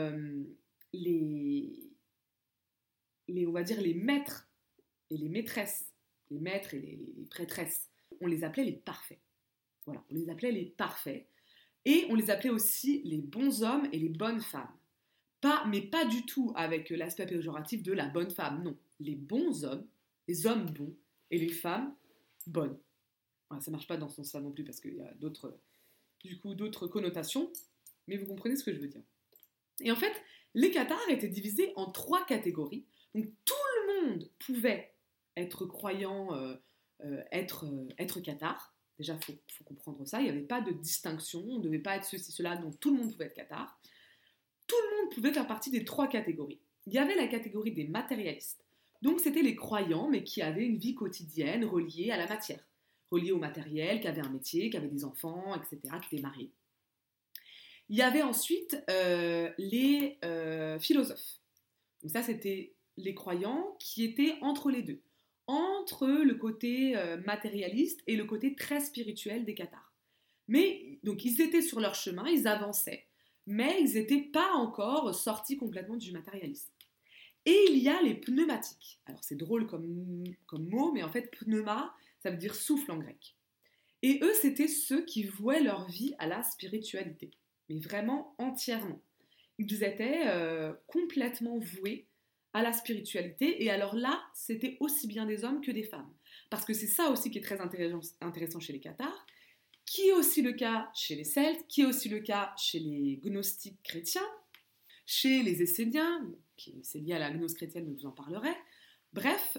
on va dire les maîtres et les maîtresses, les maîtres et les prêtresses, on les appelait les parfaits. Voilà, on les appelait les parfaits. Et on les appelait aussi les bons hommes et les bonnes femmes. Mais pas du tout avec l'aspect péjoratif de la bonne femme, non. Les bons hommes, les hommes bons, et les femmes bonnes. Voilà, ça ne marche pas dans ce sens-là non plus, parce qu'il y a d'autres connotations, mais vous comprenez ce que je veux dire. Et en fait, les cathares étaient divisés en 3 catégories. Donc tout le monde pouvait être croyant être cathare. Déjà, il faut comprendre ça. Il n'y avait pas de distinction. On ne devait pas être ceci, cela. Donc, tout le monde pouvait être cathare. Tout le monde pouvait faire partie des 3 catégories. Il y avait la catégorie des matérialistes. Donc, c'était les croyants, mais qui avaient une vie quotidienne reliée à la matière, reliée au matériel, qui avaient un métier, qui avaient des enfants, etc., qui étaient mariés. Il y avait ensuite les philosophes. Donc ça, c'était les croyants qui étaient entre les deux, entre le côté matérialiste et le côté très spirituel des cathares. Mais donc ils étaient sur leur chemin, ils avançaient, mais ils n'étaient pas encore sortis complètement du matérialisme. Et il y a les pneumatiques. Alors c'est drôle comme mot, mais en fait pneuma, ça veut dire souffle en grec. Et eux, c'était ceux qui vouaient leur vie à la spiritualité, mais vraiment entièrement. Ils étaient complètement voués à la spiritualité, et alors là, c'était aussi bien des hommes que des femmes. Parce que c'est ça aussi qui est très intéressant chez les cathares, qui est aussi le cas chez les Celtes, qui est aussi le cas chez les gnostiques chrétiens, chez les Esséniens, c'est lié à la gnose chrétienne, mais je vous en parlerai. Bref,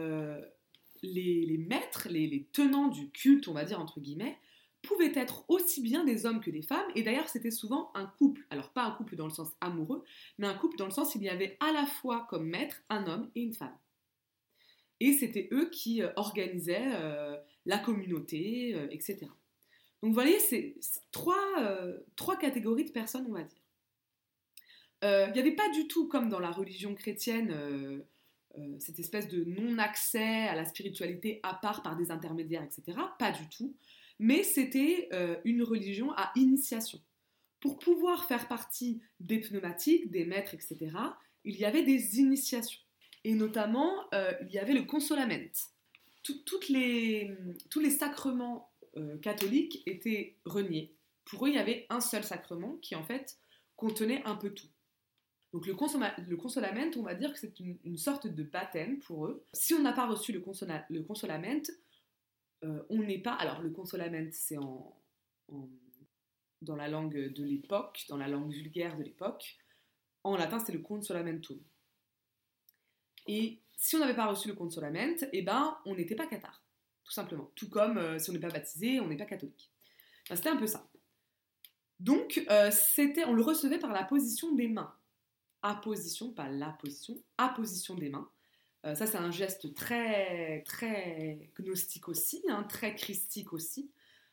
les maîtres, les tenants du culte, on va dire entre guillemets, pouvaient être aussi bien des hommes que des femmes, et d'ailleurs c'était souvent un couple, alors pas un couple dans le sens amoureux, mais un couple dans le sens où il y avait à la fois comme maître un homme et une femme. Et c'était eux qui organisaient la communauté, etc. Donc vous voyez, c'est 3 catégories de personnes, on va dire. Il n'y avait pas du tout, comme dans la religion chrétienne, cette espèce de non-accès à la spiritualité à part par des intermédiaires, etc. Pas du tout. Mais c'était une religion à initiation. Pour pouvoir faire partie des pneumatiques, des maîtres, etc., il y avait des initiations. Et notamment, il y avait le consolament. Tous les sacrements catholiques étaient reniés. Pour eux, il y avait un seul sacrement qui, en fait, contenait un peu tout. Donc le consolament, on va dire que c'est une sorte de baptême pour eux. Si on n'a pas reçu le consolament, on n'est pas... Alors le consolament, c'est dans la langue de l'époque, dans la langue vulgaire de l'époque. En latin, c'est le consolamentum. Et si on n'avait pas reçu le consolament, eh ben, on n'était pas cathare, tout simplement. Tout comme si on n'est pas baptisé, on n'est pas catholique. Enfin, c'était un peu ça. Donc, on le recevait par la position des mains. Apposition, pas la position, apposition des mains. Ça, c'est un geste très, très gnostique aussi, hein, très christique aussi,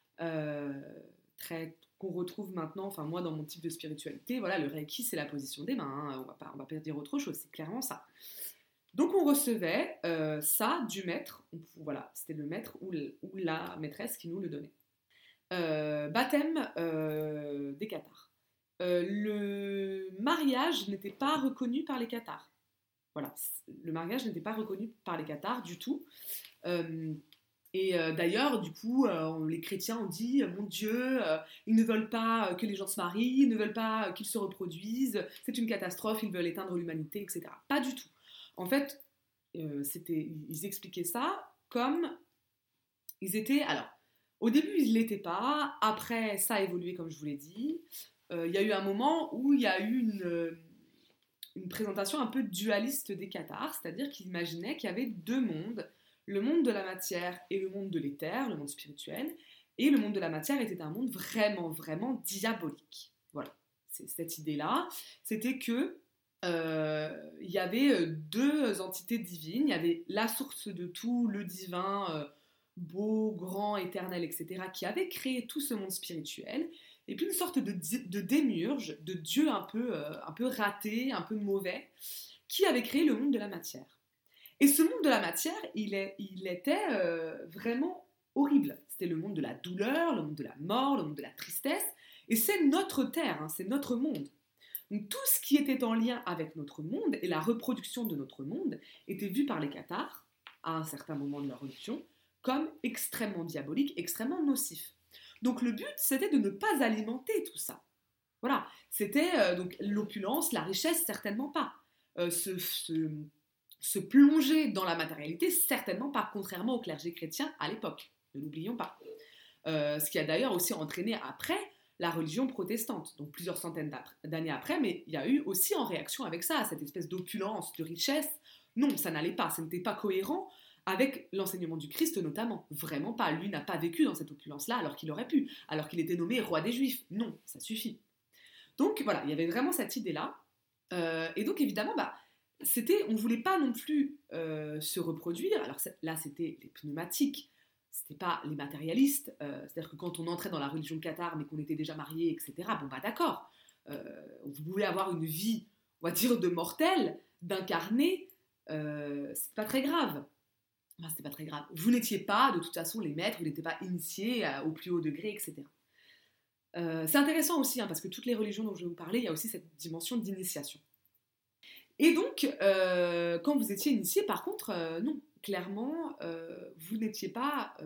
qu'on retrouve maintenant, enfin moi dans mon type de spiritualité, voilà, le Reiki c'est la position des mains, hein, on va pas dire autre chose, c'est clairement ça. Donc on recevait ça du maître, voilà, c'était le maître ou la maîtresse qui nous le donnait. Baptême des cathares. Le mariage n'était pas reconnu par les cathares. Voilà, le mariage n'était pas reconnu par les cathares du tout. D'ailleurs, du coup, les chrétiens ont dit, mon Dieu, ils ne veulent pas que les gens se marient, ils ne veulent pas qu'ils se reproduisent, c'est une catastrophe, ils veulent éteindre l'humanité, etc. Pas du tout. En fait, ils expliquaient ça comme ils étaient... Alors, au début, ils ne l'étaient pas. Après, ça a évolué, comme je vous l'ai dit. Il y a eu un moment où il y a eu une présentation un peu dualiste des cathares, c'est-à-dire qu'ils imaginaient qu'il y avait 2 mondes, le monde de la matière et le monde de l'éther, le monde spirituel, et le monde de la matière était un monde vraiment, vraiment diabolique. Voilà, c'est cette idée-là. C'était que il y avait 2 entités divines, il y avait la source de tout, le divin, beau, grand, éternel, etc., qui avait créé tout ce monde spirituel, et puis une sorte de démiurge, de dieu un peu raté, un peu mauvais, qui avait créé le monde de la matière. Et ce monde de la matière, il était vraiment horrible. C'était le monde de la douleur, le monde de la mort, le monde de la tristesse, et c'est notre terre, hein, c'est notre monde. Donc tout ce qui était en lien avec notre monde et la reproduction de notre monde était vu par les cathares, à un certain moment de leur religion, comme extrêmement diabolique, extrêmement nocif. Donc le but, c'était de ne pas alimenter tout ça. Voilà, c'était donc l'opulence, la richesse, certainement pas. Se plonger dans la matérialité, certainement pas, contrairement au clergé chrétien à l'époque. Ne l'oublions pas. Ce qui a d'ailleurs aussi entraîné après la religion protestante, donc plusieurs centaines d'années après, mais il y a eu aussi en réaction avec ça, cette espèce d'opulence, de richesse. Non, ça n'allait pas, ça n'était pas cohérent avec l'enseignement du Christ notamment. Vraiment pas. Lui n'a pas vécu dans cette opulence-là alors qu'il aurait pu, alors qu'il était nommé roi des Juifs. Non, ça suffit. Donc voilà, il y avait vraiment cette idée-là. Et donc évidemment, on ne voulait pas non plus se reproduire. Alors là, c'était les pneumatiques, c'était pas les matérialistes. C'est-à-dire que quand on entrait dans la religion cathare, mais qu'on était déjà marié, etc., bon bah d'accord, vous pouvez avoir une vie, on va dire, de mortel, d'incarné, c'est pas très grave. Enfin, c'était pas très grave. Vous n'étiez pas, de toute façon, les maîtres, vous n'étiez pas initiés au plus haut degré, etc. C'est intéressant aussi, parce que toutes les religions dont je vais vous parler, il y a aussi cette dimension d'initiation. Et donc, quand vous étiez initié, par contre, non, clairement, vous n'étiez pas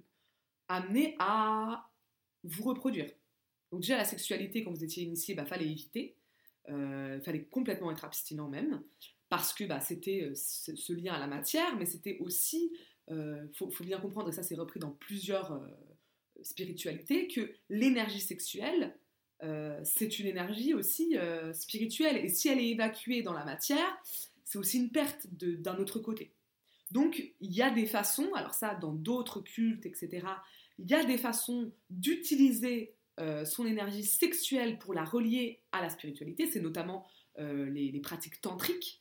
amené à vous reproduire. Donc déjà, la sexualité, quand vous étiez initié, fallait éviter, fallait complètement être abstinent même, parce que c'était ce lien à la matière, mais c'était aussi, faut bien comprendre, et ça c'est repris dans plusieurs spiritualités, que l'énergie sexuelle, c'est une énergie aussi spirituelle, et si elle est évacuée dans la matière, c'est aussi une perte d'un autre côté. Donc il y a des façons, alors ça dans d'autres cultes, etc., il y a des façons d'utiliser son énergie sexuelle pour la relier à la spiritualité, c'est notamment les pratiques tantriques,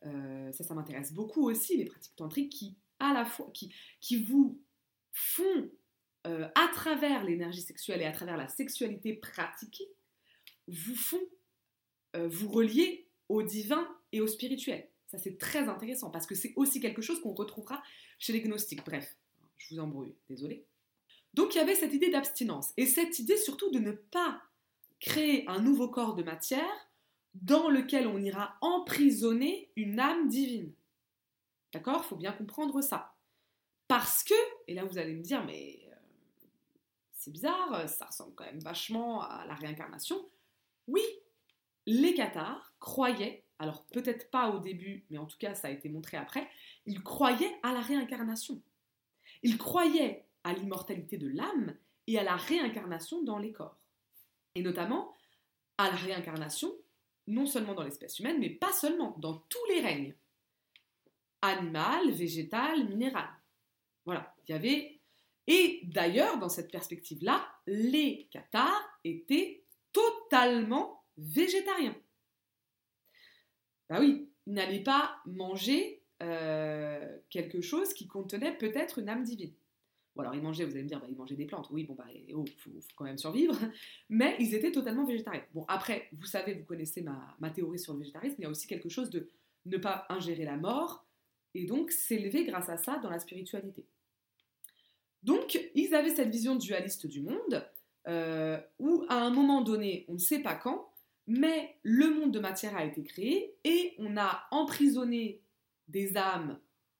ça m'intéresse beaucoup aussi, les pratiques tantriques qui, à la fois, qui vous font à travers l'énergie sexuelle et à travers la sexualité pratiquée, vous font vous relier au divin et au spirituel. Ça, c'est très intéressant parce que c'est aussi quelque chose qu'on retrouvera chez les gnostiques. Bref, je vous embrouille, désolé. Donc, il y avait cette idée d'abstinence et cette idée surtout de ne pas créer un nouveau corps de matière dans lequel on ira emprisonner une âme divine. D'accord ? Il faut bien comprendre ça. Parce que, et là vous allez me dire, mais c'est bizarre, ça ressemble quand même vachement à la réincarnation. Oui, les cathares croyaient, alors peut-être pas au début, mais en tout cas ça a été montré après, ils croyaient à la réincarnation. Ils croyaient à l'immortalité de l'âme et à la réincarnation dans les corps. Et notamment à la réincarnation, non seulement dans l'espèce humaine, mais pas seulement, dans tous les règnes. Animal, végétal, minéral. Voilà, il y avait... Et d'ailleurs, dans cette perspective-là, les cathares étaient totalement végétariens. Oui, ils n'allaient pas manger quelque chose qui contenait peut-être une âme divine. Bon, alors ils mangeaient, vous allez me dire, ils mangeaient des plantes. Oui, faut quand même survivre. Mais ils étaient totalement végétariens. Bon, après, vous savez, vous connaissez ma théorie sur le végétarisme, il y a aussi quelque chose de ne pas ingérer la mort, et donc s'élever grâce à ça dans la spiritualité. Donc, ils avaient cette vision dualiste du monde, où à un moment donné, on ne sait pas quand, mais le monde de matière a été créé, et on a emprisonné des âmes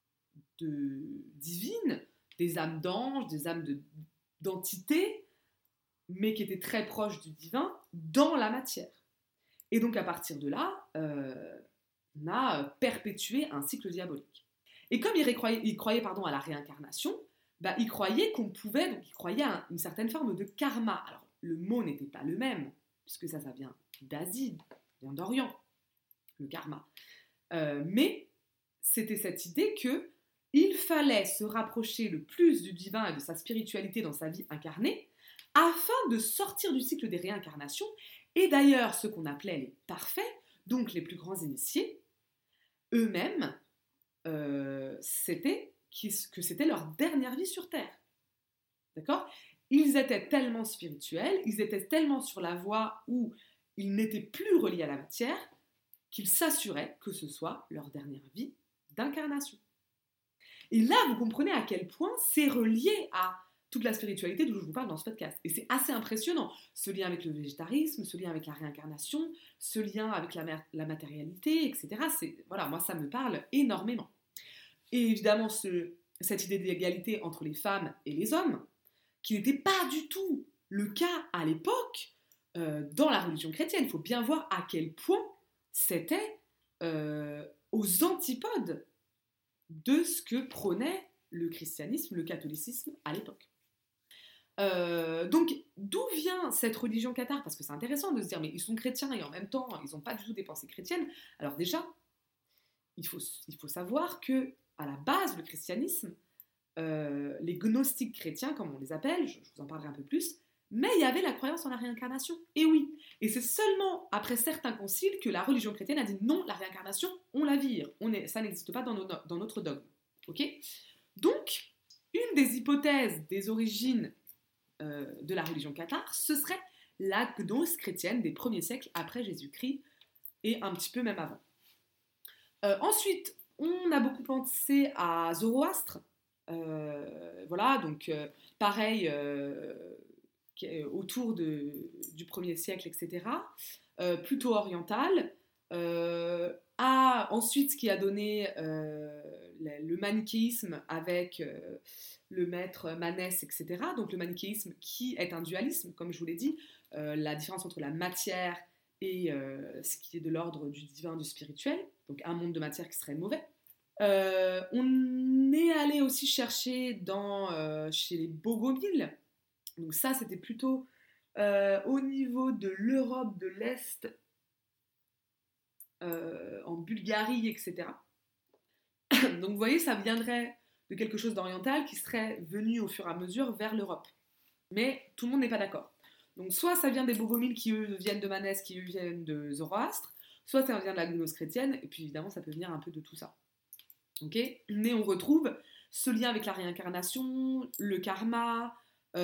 divines, des âmes d'anges, des âmes d'entités, mais qui étaient très proches du divin, dans la matière. Et donc, à partir de là, on a perpétué un cycle diabolique. Et comme ils croyaient à la réincarnation, ils croyaient qu'on pouvait, donc ils croyaient à une certaine forme de karma. Alors, le mot n'était pas le même, puisque ça vient d'Asie, ça vient d'Orient, le karma. Mais c'était cette idée qu'il fallait se rapprocher le plus du divin et de sa spiritualité dans sa vie incarnée, afin de sortir du cycle des réincarnations. Et d'ailleurs, ceux qu'on appelait les parfaits, donc les plus grands initiés, eux-mêmes, c'était leur dernière vie sur Terre. D'accord ? Ils étaient tellement spirituels, ils étaient tellement sur la voie où ils n'étaient plus reliés à la matière, qu'ils s'assuraient que ce soit leur dernière vie d'incarnation. Et là, vous comprenez à quel point c'est relié à toute la spiritualité dont je vous parle dans ce podcast. Et c'est assez impressionnant, ce lien avec le végétarisme, ce lien avec la réincarnation, ce lien avec la matérialité, etc. Moi, ça me parle énormément. Et évidemment, cette idée d'égalité entre les femmes et les hommes, qui n'était pas du tout le cas à l'époque dans la religion chrétienne. Il faut bien voir à quel point c'était aux antipodes de ce que prônait le christianisme, le catholicisme à l'époque. Donc, d'où vient cette religion cathare ? Parce que c'est intéressant de se dire, mais ils sont chrétiens et en même temps, ils n'ont pas du tout des pensées chrétiennes. Alors déjà, il faut savoir que à la base, le christianisme, les gnostiques chrétiens, comme on les appelle, je vous en parlerai un peu plus, mais il y avait la croyance en la réincarnation. Et oui, et c'est seulement après certains conciles que la religion chrétienne a dit non, la réincarnation, on la vire, ça n'existe pas dans notre dogme. Ok ? Donc, une des hypothèses des origines de la religion cathare, ce serait la gnose chrétienne des premiers siècles après Jésus-Christ et un petit peu même avant. Ensuite, on a beaucoup pensé à Zoroastre. Voilà, donc pareil, autour du 1er siècle, etc. Plutôt oriental. Ensuite, ce qui a donné le manichéisme avec le maître Manès, etc. Donc le manichéisme qui est un dualisme, comme je vous l'ai dit, la différence entre la matière et ce qui est de l'ordre du divin, du spirituel, donc un monde de matière qui serait mauvais. On est allé aussi chercher chez les Bogomiles, donc ça c'était plutôt au niveau de l'Europe de l'Est, en Bulgarie, etc. Donc vous voyez, ça viendrait de quelque chose d'oriental qui serait venu au fur et à mesure vers l'Europe. Mais tout le monde n'est pas d'accord. Donc soit ça vient des Bogomiles qui eux viennent de Manès, qui eux viennent de Zoroastre, soit ça vient de la gnose chrétienne, et puis évidemment ça peut venir un peu de tout ça. Okay ? Mais on retrouve ce lien avec la réincarnation, le karma,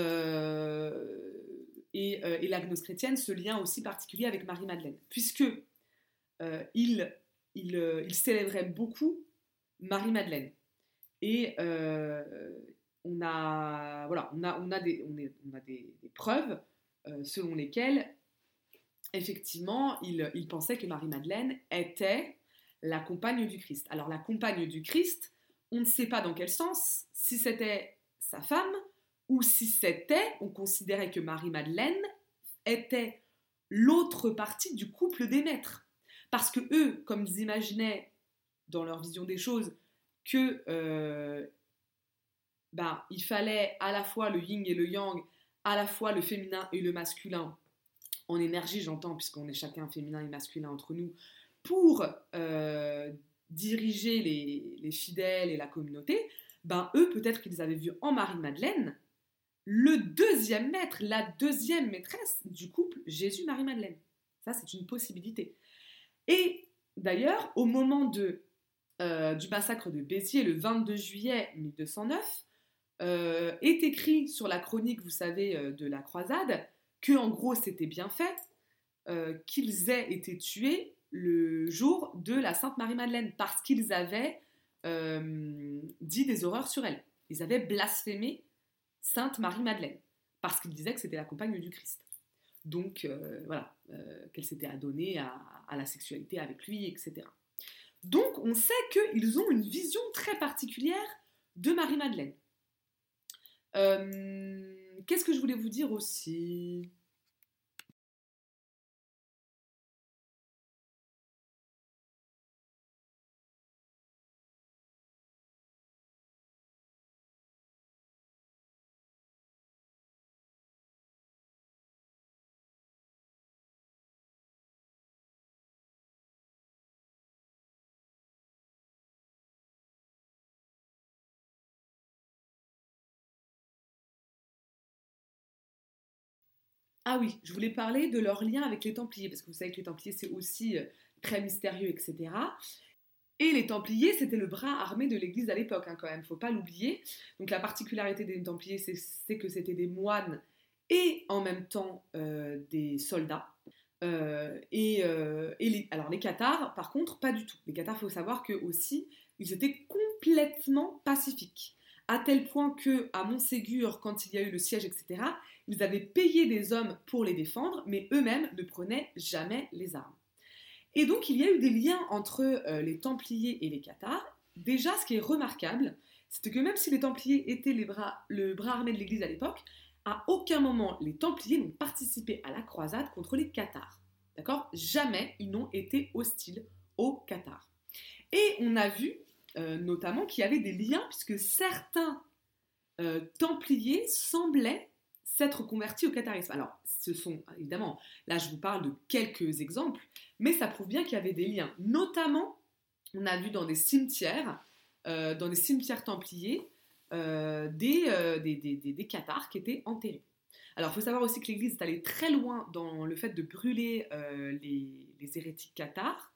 et la gnose chrétienne, ce lien aussi particulier avec Marie-Madeleine, puisque il célébrait beaucoup Marie-Madeleine. Et on a des preuves selon lesquelles, effectivement, il pensait que Marie-Madeleine était la compagne du Christ. Alors, la compagne du Christ, on ne sait pas dans quel sens, si c'était sa femme, ou si on considérait que Marie-Madeleine était l'autre partie du couple des maîtres. Parce que eux, comme ils imaginaient, dans leur vision des choses, que il fallait à la fois le yin et le yang, à la fois le féminin et le masculin, en énergie j'entends, puisqu'on est chacun féminin et masculin entre nous, pour diriger les fidèles et la communauté, eux peut-être qu'ils avaient vu en Marie-Madeleine le deuxième maître, la deuxième maîtresse du couple Jésus-Marie-Madeleine. Ça c'est une possibilité. Et d'ailleurs, au moment du massacre de Béziers, le 22 juillet 1209, est écrit sur la chronique, vous savez, de la croisade, que en gros c'était bien fait, qu'ils aient été tués le jour de la Sainte Marie-Madeleine, parce qu'ils avaient dit des horreurs sur elle. Ils avaient blasphémé Sainte Marie-Madeleine, parce qu'ils disaient que c'était la compagne du Christ. Donc, qu'elle s'était adonnée à la sexualité avec lui, etc. Donc, on sait qu'ils ont une vision très particulière de Marie-Madeleine. Qu'est-ce que je voulais vous dire aussi ? Ah oui, je voulais parler de leur lien avec les Templiers, parce que vous savez que les Templiers, c'est aussi très mystérieux, etc. Et les Templiers, c'était le bras armé de l'Église à l'époque, quand même, faut pas l'oublier. Donc la particularité des Templiers, c'est que c'était des moines et en même temps des soldats. Alors les cathares, par contre, pas du tout. Les cathares, il faut savoir qu'eux aussi, ils étaient complètement pacifiques. À tel point que, à Montségur, quand il y a eu le siège, etc., ils avaient payé des hommes pour les défendre, mais eux-mêmes ne prenaient jamais les armes. Et donc, il y a eu des liens entre les Templiers et les cathares. Déjà, ce qui est remarquable, c'était que même si les Templiers étaient le bras armé de l'Église à l'époque, à aucun moment les Templiers n'ont participé à la croisade contre les cathares. D'accord ? Jamais ils n'ont été hostiles aux cathares. Et on a vu notamment qu'il y avait des liens, puisque certains Templiers semblaient s'être convertis au catharisme. Alors, ce sont, évidemment, là je vous parle de quelques exemples, mais ça prouve bien qu'il y avait des liens. Notamment, on a vu dans des cimetières dans des cimetières templiers des cathares qui étaient enterrés. Alors, il faut savoir aussi que l'Église est allée très loin dans le fait de brûler les hérétiques cathares.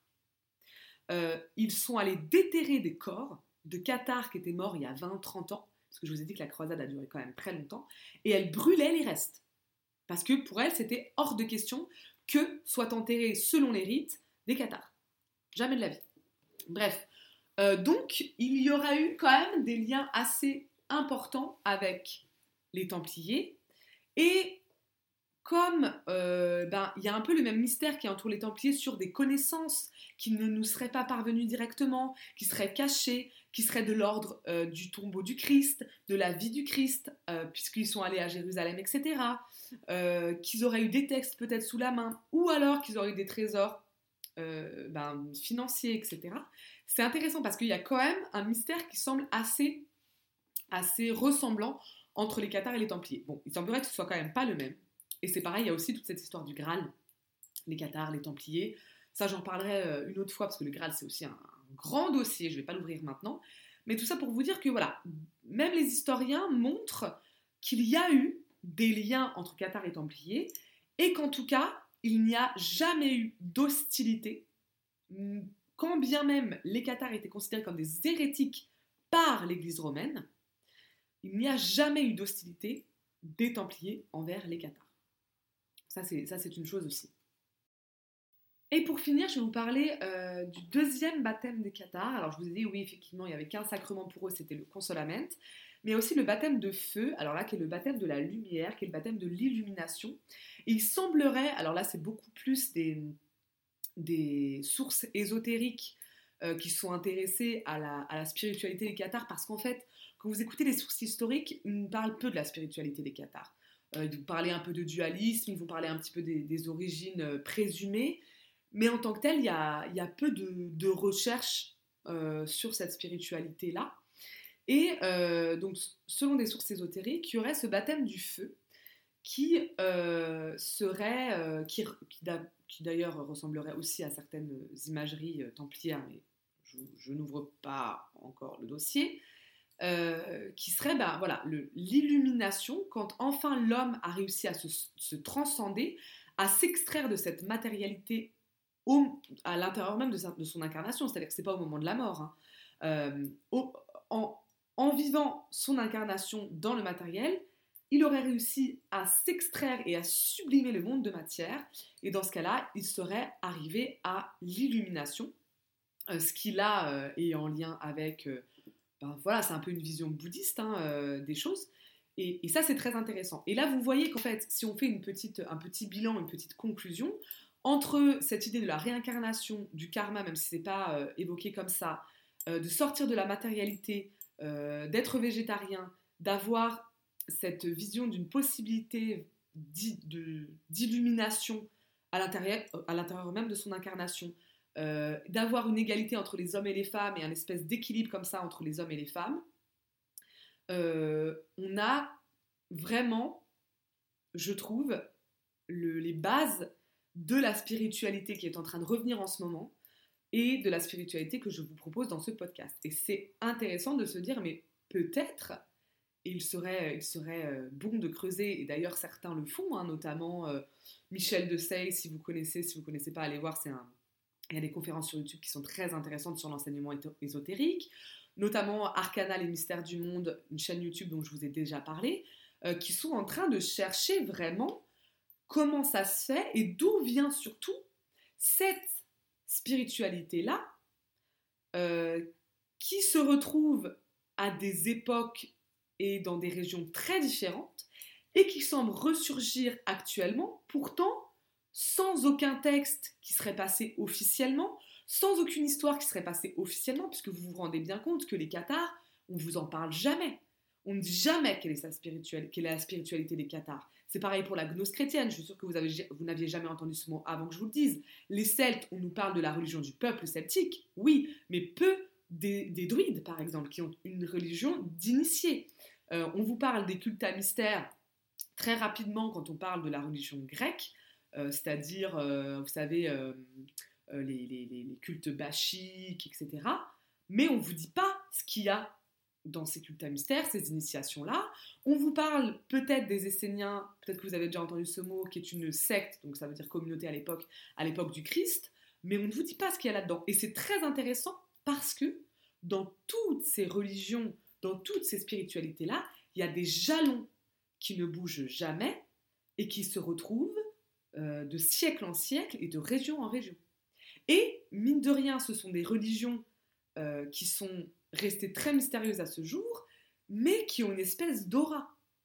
Ils sont allés déterrer des corps de cathares qui étaient morts il y a 20-30 ans, parce que je vous ai dit que la croisade a duré quand même très longtemps, et elles brûlaient les restes. Parce que pour elles, c'était hors de question que soient enterrés, selon les rites, des cathares. Jamais de la vie. Bref, donc il y aura eu quand même des liens assez importants avec les Templiers, et comme il y a un peu le même mystère qui entoure les Templiers sur des connaissances qui ne nous seraient pas parvenues directement, qui seraient cachées, qui seraient de l'ordre du tombeau du Christ, de la vie du Christ, puisqu'ils sont allés à Jérusalem, etc., qu'ils auraient eu des textes peut-être sous la main, ou alors qu'ils auraient eu des trésors financiers, etc. C'est intéressant parce qu'il y a quand même un mystère qui semble assez ressemblant entre les cathares et les Templiers. Bon, il semblerait que ce soit quand même pas le même. Et c'est pareil, il y a aussi toute cette histoire du Graal, les cathares, les Templiers. Ça, j'en parlerai une autre fois, parce que le Graal, c'est aussi un grand dossier, je ne vais pas l'ouvrir maintenant. Mais tout ça pour vous dire que, voilà, même les historiens montrent qu'il y a eu des liens entre cathares et Templiers, et qu'en tout cas, il n'y a jamais eu d'hostilité, quand bien même les cathares étaient considérés comme des hérétiques par l'Église romaine, il n'y a jamais eu d'hostilité des Templiers envers les cathares. Ça, c'est une chose aussi. Et pour finir, je vais vous parler du deuxième baptême des cathares. Alors, je vous ai dit, oui, effectivement, il n'y avait qu'un sacrement pour eux, c'était le consolament. Mais aussi le baptême de feu, alors là, qui est le baptême de la lumière, qui est le baptême de l'illumination. Et il semblerait, alors là, c'est beaucoup plus des sources ésotériques qui sont intéressées à la spiritualité des cathares, parce qu'en fait, quand vous écoutez les sources historiques, ils nous parlent peu de la spiritualité des cathares. Ils vont parler un peu de dualisme, ils vont parler un petit peu des origines présumées, mais en tant que tel, il y a peu de recherches sur cette spiritualité-là. Et donc, selon des sources ésotériques, il y aurait ce baptême du feu qui d'ailleurs ressemblerait aussi à certaines imageries templières, mais je n'ouvre pas encore le dossier, qui serait l'illumination quand enfin l'homme a réussi à se transcender, à s'extraire de cette matérialité à l'intérieur même de son incarnation, c'est-à-dire que ce n'est pas au moment de la mort. En vivant son incarnation dans le matériel, il aurait réussi à s'extraire et à sublimer le monde de matière, et dans ce cas-là, il serait arrivé à l'illumination, ce qui là est en lien avec, c'est un peu une vision bouddhiste des choses, et ça c'est très intéressant. Et là vous voyez qu'en fait, si on fait un petit bilan, une petite conclusion, entre cette idée de la réincarnation, du karma, même si c'est pas évoqué comme ça, de sortir de la matérialité, d'être végétarien, d'avoir cette vision d'une possibilité d'illumination à l'intérieur même de son incarnation, d'avoir une égalité entre les hommes et les femmes et un espèce d'équilibre comme ça entre les hommes et les femmes, on a vraiment, je trouve, les bases de la spiritualité qui est en train de revenir en ce moment et de la spiritualité que je vous propose dans ce podcast. Et c'est intéressant de se dire, mais peut-être, il serait bon de creuser, et d'ailleurs certains le font, notamment Michel de Sales, si vous connaissez pas, allez voir, il y a des conférences sur YouTube qui sont très intéressantes sur l'enseignement ésotérique, notamment Arcana, les mystères du monde, une chaîne YouTube dont je vous ai déjà parlé, qui sont en train de chercher vraiment comment ça se fait et d'où vient surtout cette spiritualité-là qui se retrouve à des époques et dans des régions très différentes et qui semble ressurgir actuellement, pourtant sans aucun texte qui serait passé officiellement, sans aucune histoire qui serait passée officiellement, puisque vous vous rendez bien compte que les cathares, on ne vous en parle jamais. On ne dit jamais quelle est la spiritualité des cathares. C'est pareil pour la gnose chrétienne, je suis sûre que vous n'aviez jamais entendu ce mot avant que je vous le dise. Les Celtes, on nous parle de la religion du peuple celtique, oui, mais peu des druides, par exemple, qui ont une religion d'initiés. On vous parle des cultes à mystère très rapidement quand on parle de la religion grecque, c'est-à-dire, vous savez, les cultes bachiques, etc. Mais on ne vous dit pas ce qu'il y a dans ces cultes à mystère, ces initiations-là. On vous parle peut-être des Esséniens, peut-être que vous avez déjà entendu ce mot, qui est une secte, donc ça veut dire communauté à l'époque du Christ, mais on ne vous dit pas ce qu'il y a là-dedans. Et c'est très intéressant parce que dans toutes ces religions, dans toutes ces spiritualités-là, il y a des jalons qui ne bougent jamais et qui se retrouvent de siècle en siècle et de région en région. Et mine de rien, ce sont des religions qui sont restées très mystérieuses à ce jour, mais qui ont une espèce d'aura.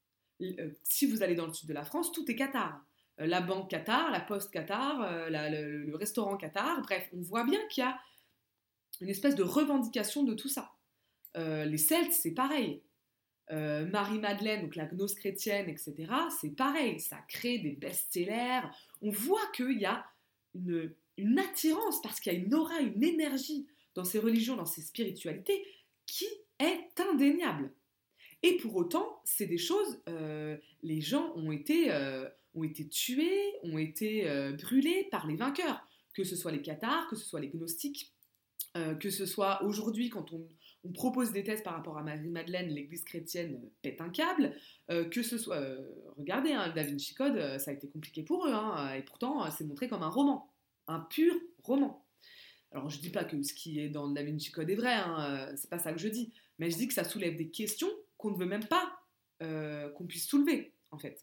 Si vous allez dans le sud de la France, tout est Qatar. La banque Qatar, la poste Qatar, le restaurant Qatar, bref, on voit bien qu'il y a une espèce de revendication de tout ça. Les Celtes, c'est pareil. Marie-Madeleine, donc la gnose chrétienne, etc., c'est pareil, ça crée des best-sellers. On voit qu'il y a une attirance, parce qu'il y a une aura, une énergie dans ces religions, dans ces spiritualités, qui est indéniable. Et pour autant, c'est des choses, les gens ont été tués, ont été brûlés par les vainqueurs, que ce soit les cathares, que ce soit les gnostiques, que ce soit aujourd'hui, quand on propose des thèses par rapport à Marie-Madeleine, l'église chrétienne pète un câble, que ce soit, regardez, hein, Da Vinci Code, ça a été compliqué pour eux, hein, et pourtant c'est montré comme un roman, un pur roman. Alors je dis pas que ce qui est dans Da Vinci Code est vrai, hein, c'est pas ça que je dis, mais je dis que ça soulève des questions qu'on ne veut même pas qu'on puisse soulever, en fait.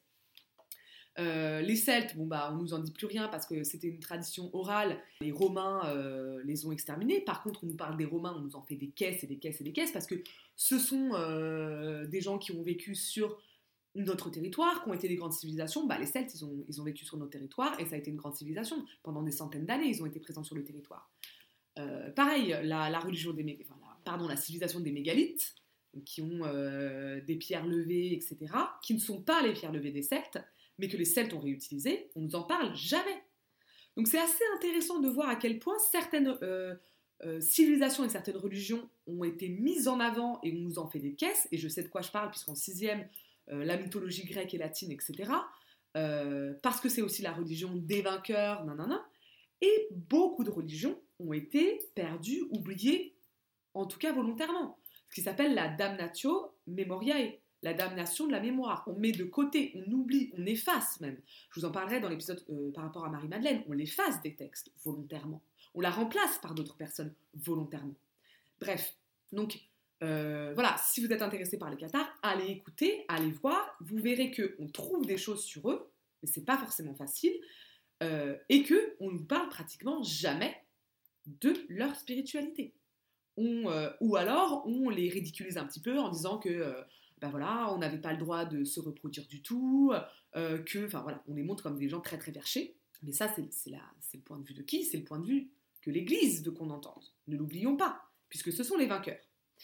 Les Celtes, bon bah on nous en dit plus rien parce que c'était une tradition orale. Les Romains les ont exterminés. Par contre, on nous parle des Romains, on nous en fait des caisses et des caisses et des caisses parce que ce sont des gens qui ont vécu sur notre territoire, qui ont été des grandes civilisations. Bah, les Celtes, ils ont vécu sur notre territoire et ça a été une grande civilisation. Pendant des centaines d'années, ils ont été présents sur le territoire. Pareil, la religion la civilisation des mégalithes, qui ont des pierres levées, etc., qui ne sont pas les pierres levées des Celtes, mais que les Celtes ont réutilisées, on ne nous en parle jamais. Donc c'est assez intéressant de voir à quel point certaines civilisations et certaines religions ont été mises en avant et on nous en fait des caisses, et je sais de quoi je parle puisqu'en sixième, la mythologie grecque et latine, etc., parce que c'est aussi la religion des vainqueurs, nanana, et beaucoup de religions ont été perdues, oubliées, en tout cas volontairement, ce qui s'appelle la damnatio memoriae, la damnation de la mémoire. On met de côté, on oublie, on efface même. Je vous en parlerai dans l'épisode par rapport à Marie-Madeleine. On efface des textes volontairement. On la remplace par d'autres personnes volontairement. Bref, donc voilà, si vous êtes intéressé par les cathares, allez écouter, allez voir. Vous verrez qu'on trouve des choses sur eux, mais c'est pas forcément facile, et qu'on ne nous parle pratiquement jamais de leur spiritualité. Ou alors, on les ridiculise un petit peu en disant que ben voilà, on n'avait pas le droit de se reproduire du tout, enfin voilà, on les montre comme des gens très très perchés. Mais ça, c'est le point de vue de qui? C'est le point de vue que l'Église veut qu'on entende. Ne l'oublions pas, puisque ce sont les vainqueurs.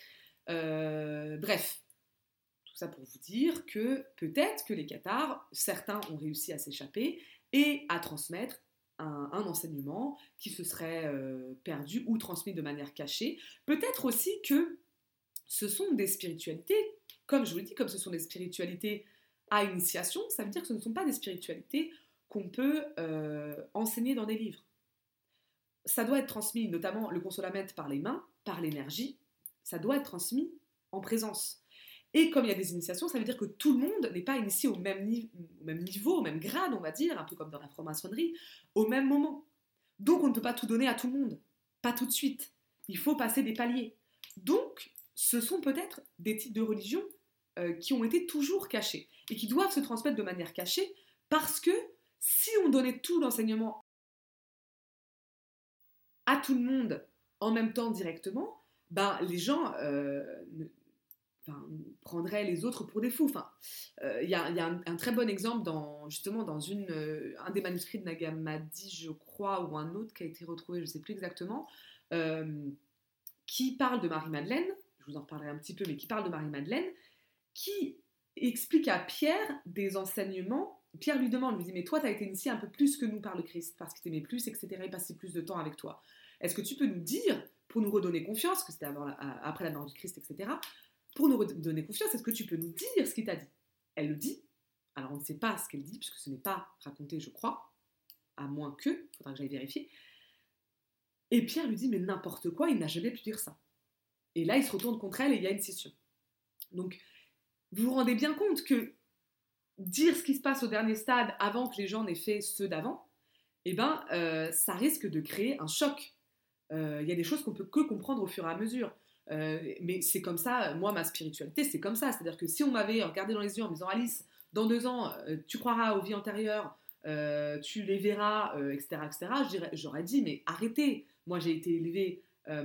Bref, tout ça pour vous dire que peut-être que les cathares, certains ont réussi à s'échapper et à transmettre un enseignement qui se serait perdu ou transmis de manière cachée. Peut-être aussi que ce sont des spiritualités, comme je vous le dis, comme ce sont des spiritualités à initiation, ça veut dire que ce ne sont pas des spiritualités qu'on peut enseigner dans des livres. Ça doit être transmis, notamment le consolament par les mains, par l'énergie, ça doit être transmis en présence. Et comme il y a des initiations, ça veut dire que tout le monde n'est pas initié au même niveau, au même grade, on va dire, un peu comme dans la franc-maçonnerie, au même moment. Donc on ne peut pas tout donner à tout le monde, pas tout de suite. Il faut passer des paliers. Donc, ce sont peut-être des types de religions qui ont été toujours cachés et qui doivent se transmettre de manière cachée parce que si on donnait tout l'enseignement à tout le monde en même temps directement, ben, les gens prendraient les autres pour des fous. Y a un très bon exemple dans un des manuscrits de Nag Hammadi, je crois, ou un autre qui a été retrouvé, je ne sais plus exactement, qui parle de Marie-Madeleine, je vous en reparlerai un petit peu, mais qui parle de Marie-Madeleine, qui explique à Pierre des enseignements. Pierre lui demande, lui dit, mais toi, tu as été initié un peu plus que nous par le Christ, parce qu'il t'aimait plus, etc., il passait plus de temps avec toi. Est-ce que tu peux nous dire, pour nous redonner confiance, que c'était après la mort du Christ, etc., pour nous redonner confiance, est-ce que tu peux nous dire ce qu'il t'a dit? Elle le dit. Alors, on ne sait pas ce qu'elle dit, puisque ce n'est pas raconté, je crois, à moins que, il faudra que j'aille vérifier. Et Pierre lui dit, mais n'importe quoi, il n'a jamais pu dire ça. Et là, il se retourne contre elle et il y a une scission. Donc, vous vous rendez bien compte que dire ce qui se passe au dernier stade avant que les gens n'aient fait ceux d'avant, ça risque de créer un choc. Il y a des choses qu'on peut que comprendre au fur et à mesure. Mais c'est comme ça, moi, ma spiritualité, c'est comme ça. C'est-à-dire que si on m'avait regardé dans les yeux en me disant Alice, dans 2 ans, tu croiras aux vies antérieures, tu les verras, etc., j'aurais dit, mais arrêtez. Moi, j'ai été élevée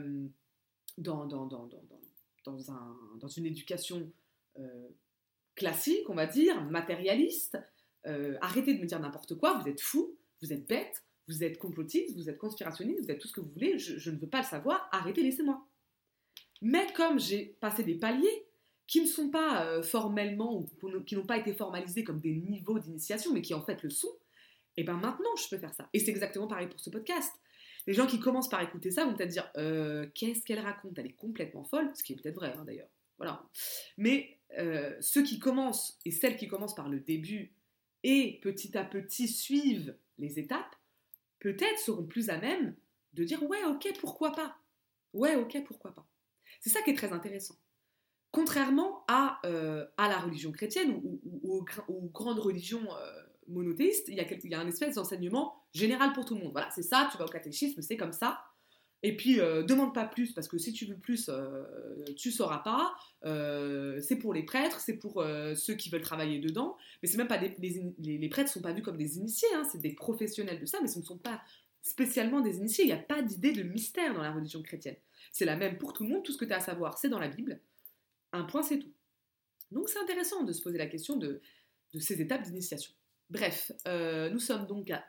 dans, dans, dans, dans, dans une éducation classique, on va dire, matérialiste. Arrêtez de me dire n'importe quoi, vous êtes fous, vous êtes bêtes, vous êtes complotiste, vous êtes conspirationniste, vous êtes tout ce que vous voulez, je ne veux pas le savoir, arrêtez, laissez-moi. Mais comme j'ai passé des paliers qui ne sont pas formellement, ou qui n'ont pas été formalisés comme des niveaux d'initiation, mais qui en fait le sont, et bien maintenant je peux faire ça. Et c'est exactement pareil pour ce podcast. Les gens qui commencent par écouter ça vont peut-être dire qu'est-ce qu'elle raconte, elle est complètement folle, ce qui est peut-être vrai d'ailleurs. Voilà. Mais ceux qui commencent, et celles qui commencent par le début, et petit à petit suivent les étapes, peut-être seront plus à même de dire ouais, ok, pourquoi pas. Ouais, ok, pourquoi pas. C'est ça qui est très intéressant. Contrairement à la religion chrétienne ou aux grandes religions monothéistes, il y a un espèce d'enseignement général pour tout le monde. Voilà, c'est ça, tu vas au catéchisme, c'est comme ça. Et puis, demande pas plus, parce que si tu veux plus, tu sauras pas. C'est pour les prêtres, c'est pour ceux qui veulent travailler dedans. Mais c'est même pas les prêtres ne sont pas vus comme des initiés, hein, c'est des professionnels de ça, mais ce ne sont pas spécialement des initiés. Il n'y a pas d'idée de mystère dans la religion chrétienne. C'est la même pour tout le monde, tout ce que tu as à savoir, c'est dans la Bible. Un point, c'est tout. Donc c'est intéressant de se poser la question de ces étapes d'initiation. Bref, nous sommes donc à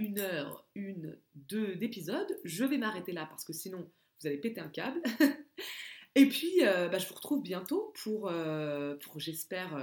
1h02 d'épisode. Je vais m'arrêter là parce que sinon, vous allez péter un câble. Et puis, je vous retrouve bientôt pour j'espère,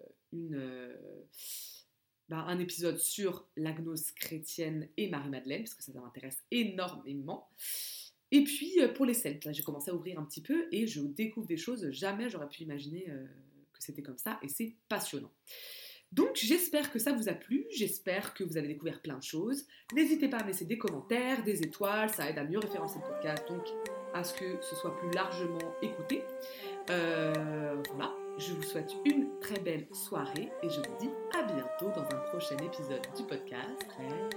un épisode sur la gnose chrétienne et Marie-Madeleine, parce que ça m'intéresse énormément. Et puis, pour les Celtes, là, j'ai commencé à ouvrir un petit peu et je découvre des choses, jamais j'aurais pu imaginer que c'était comme ça, et c'est passionnant. Donc j'espère que ça vous a plu, j'espère que vous avez découvert plein de choses. N'hésitez pas à me laisser des commentaires, des étoiles, ça aide à mieux référencer le podcast, donc à ce que ce soit plus largement écouté. Voilà, je vous souhaite une très belle soirée et je vous dis à bientôt dans un prochain épisode du podcast.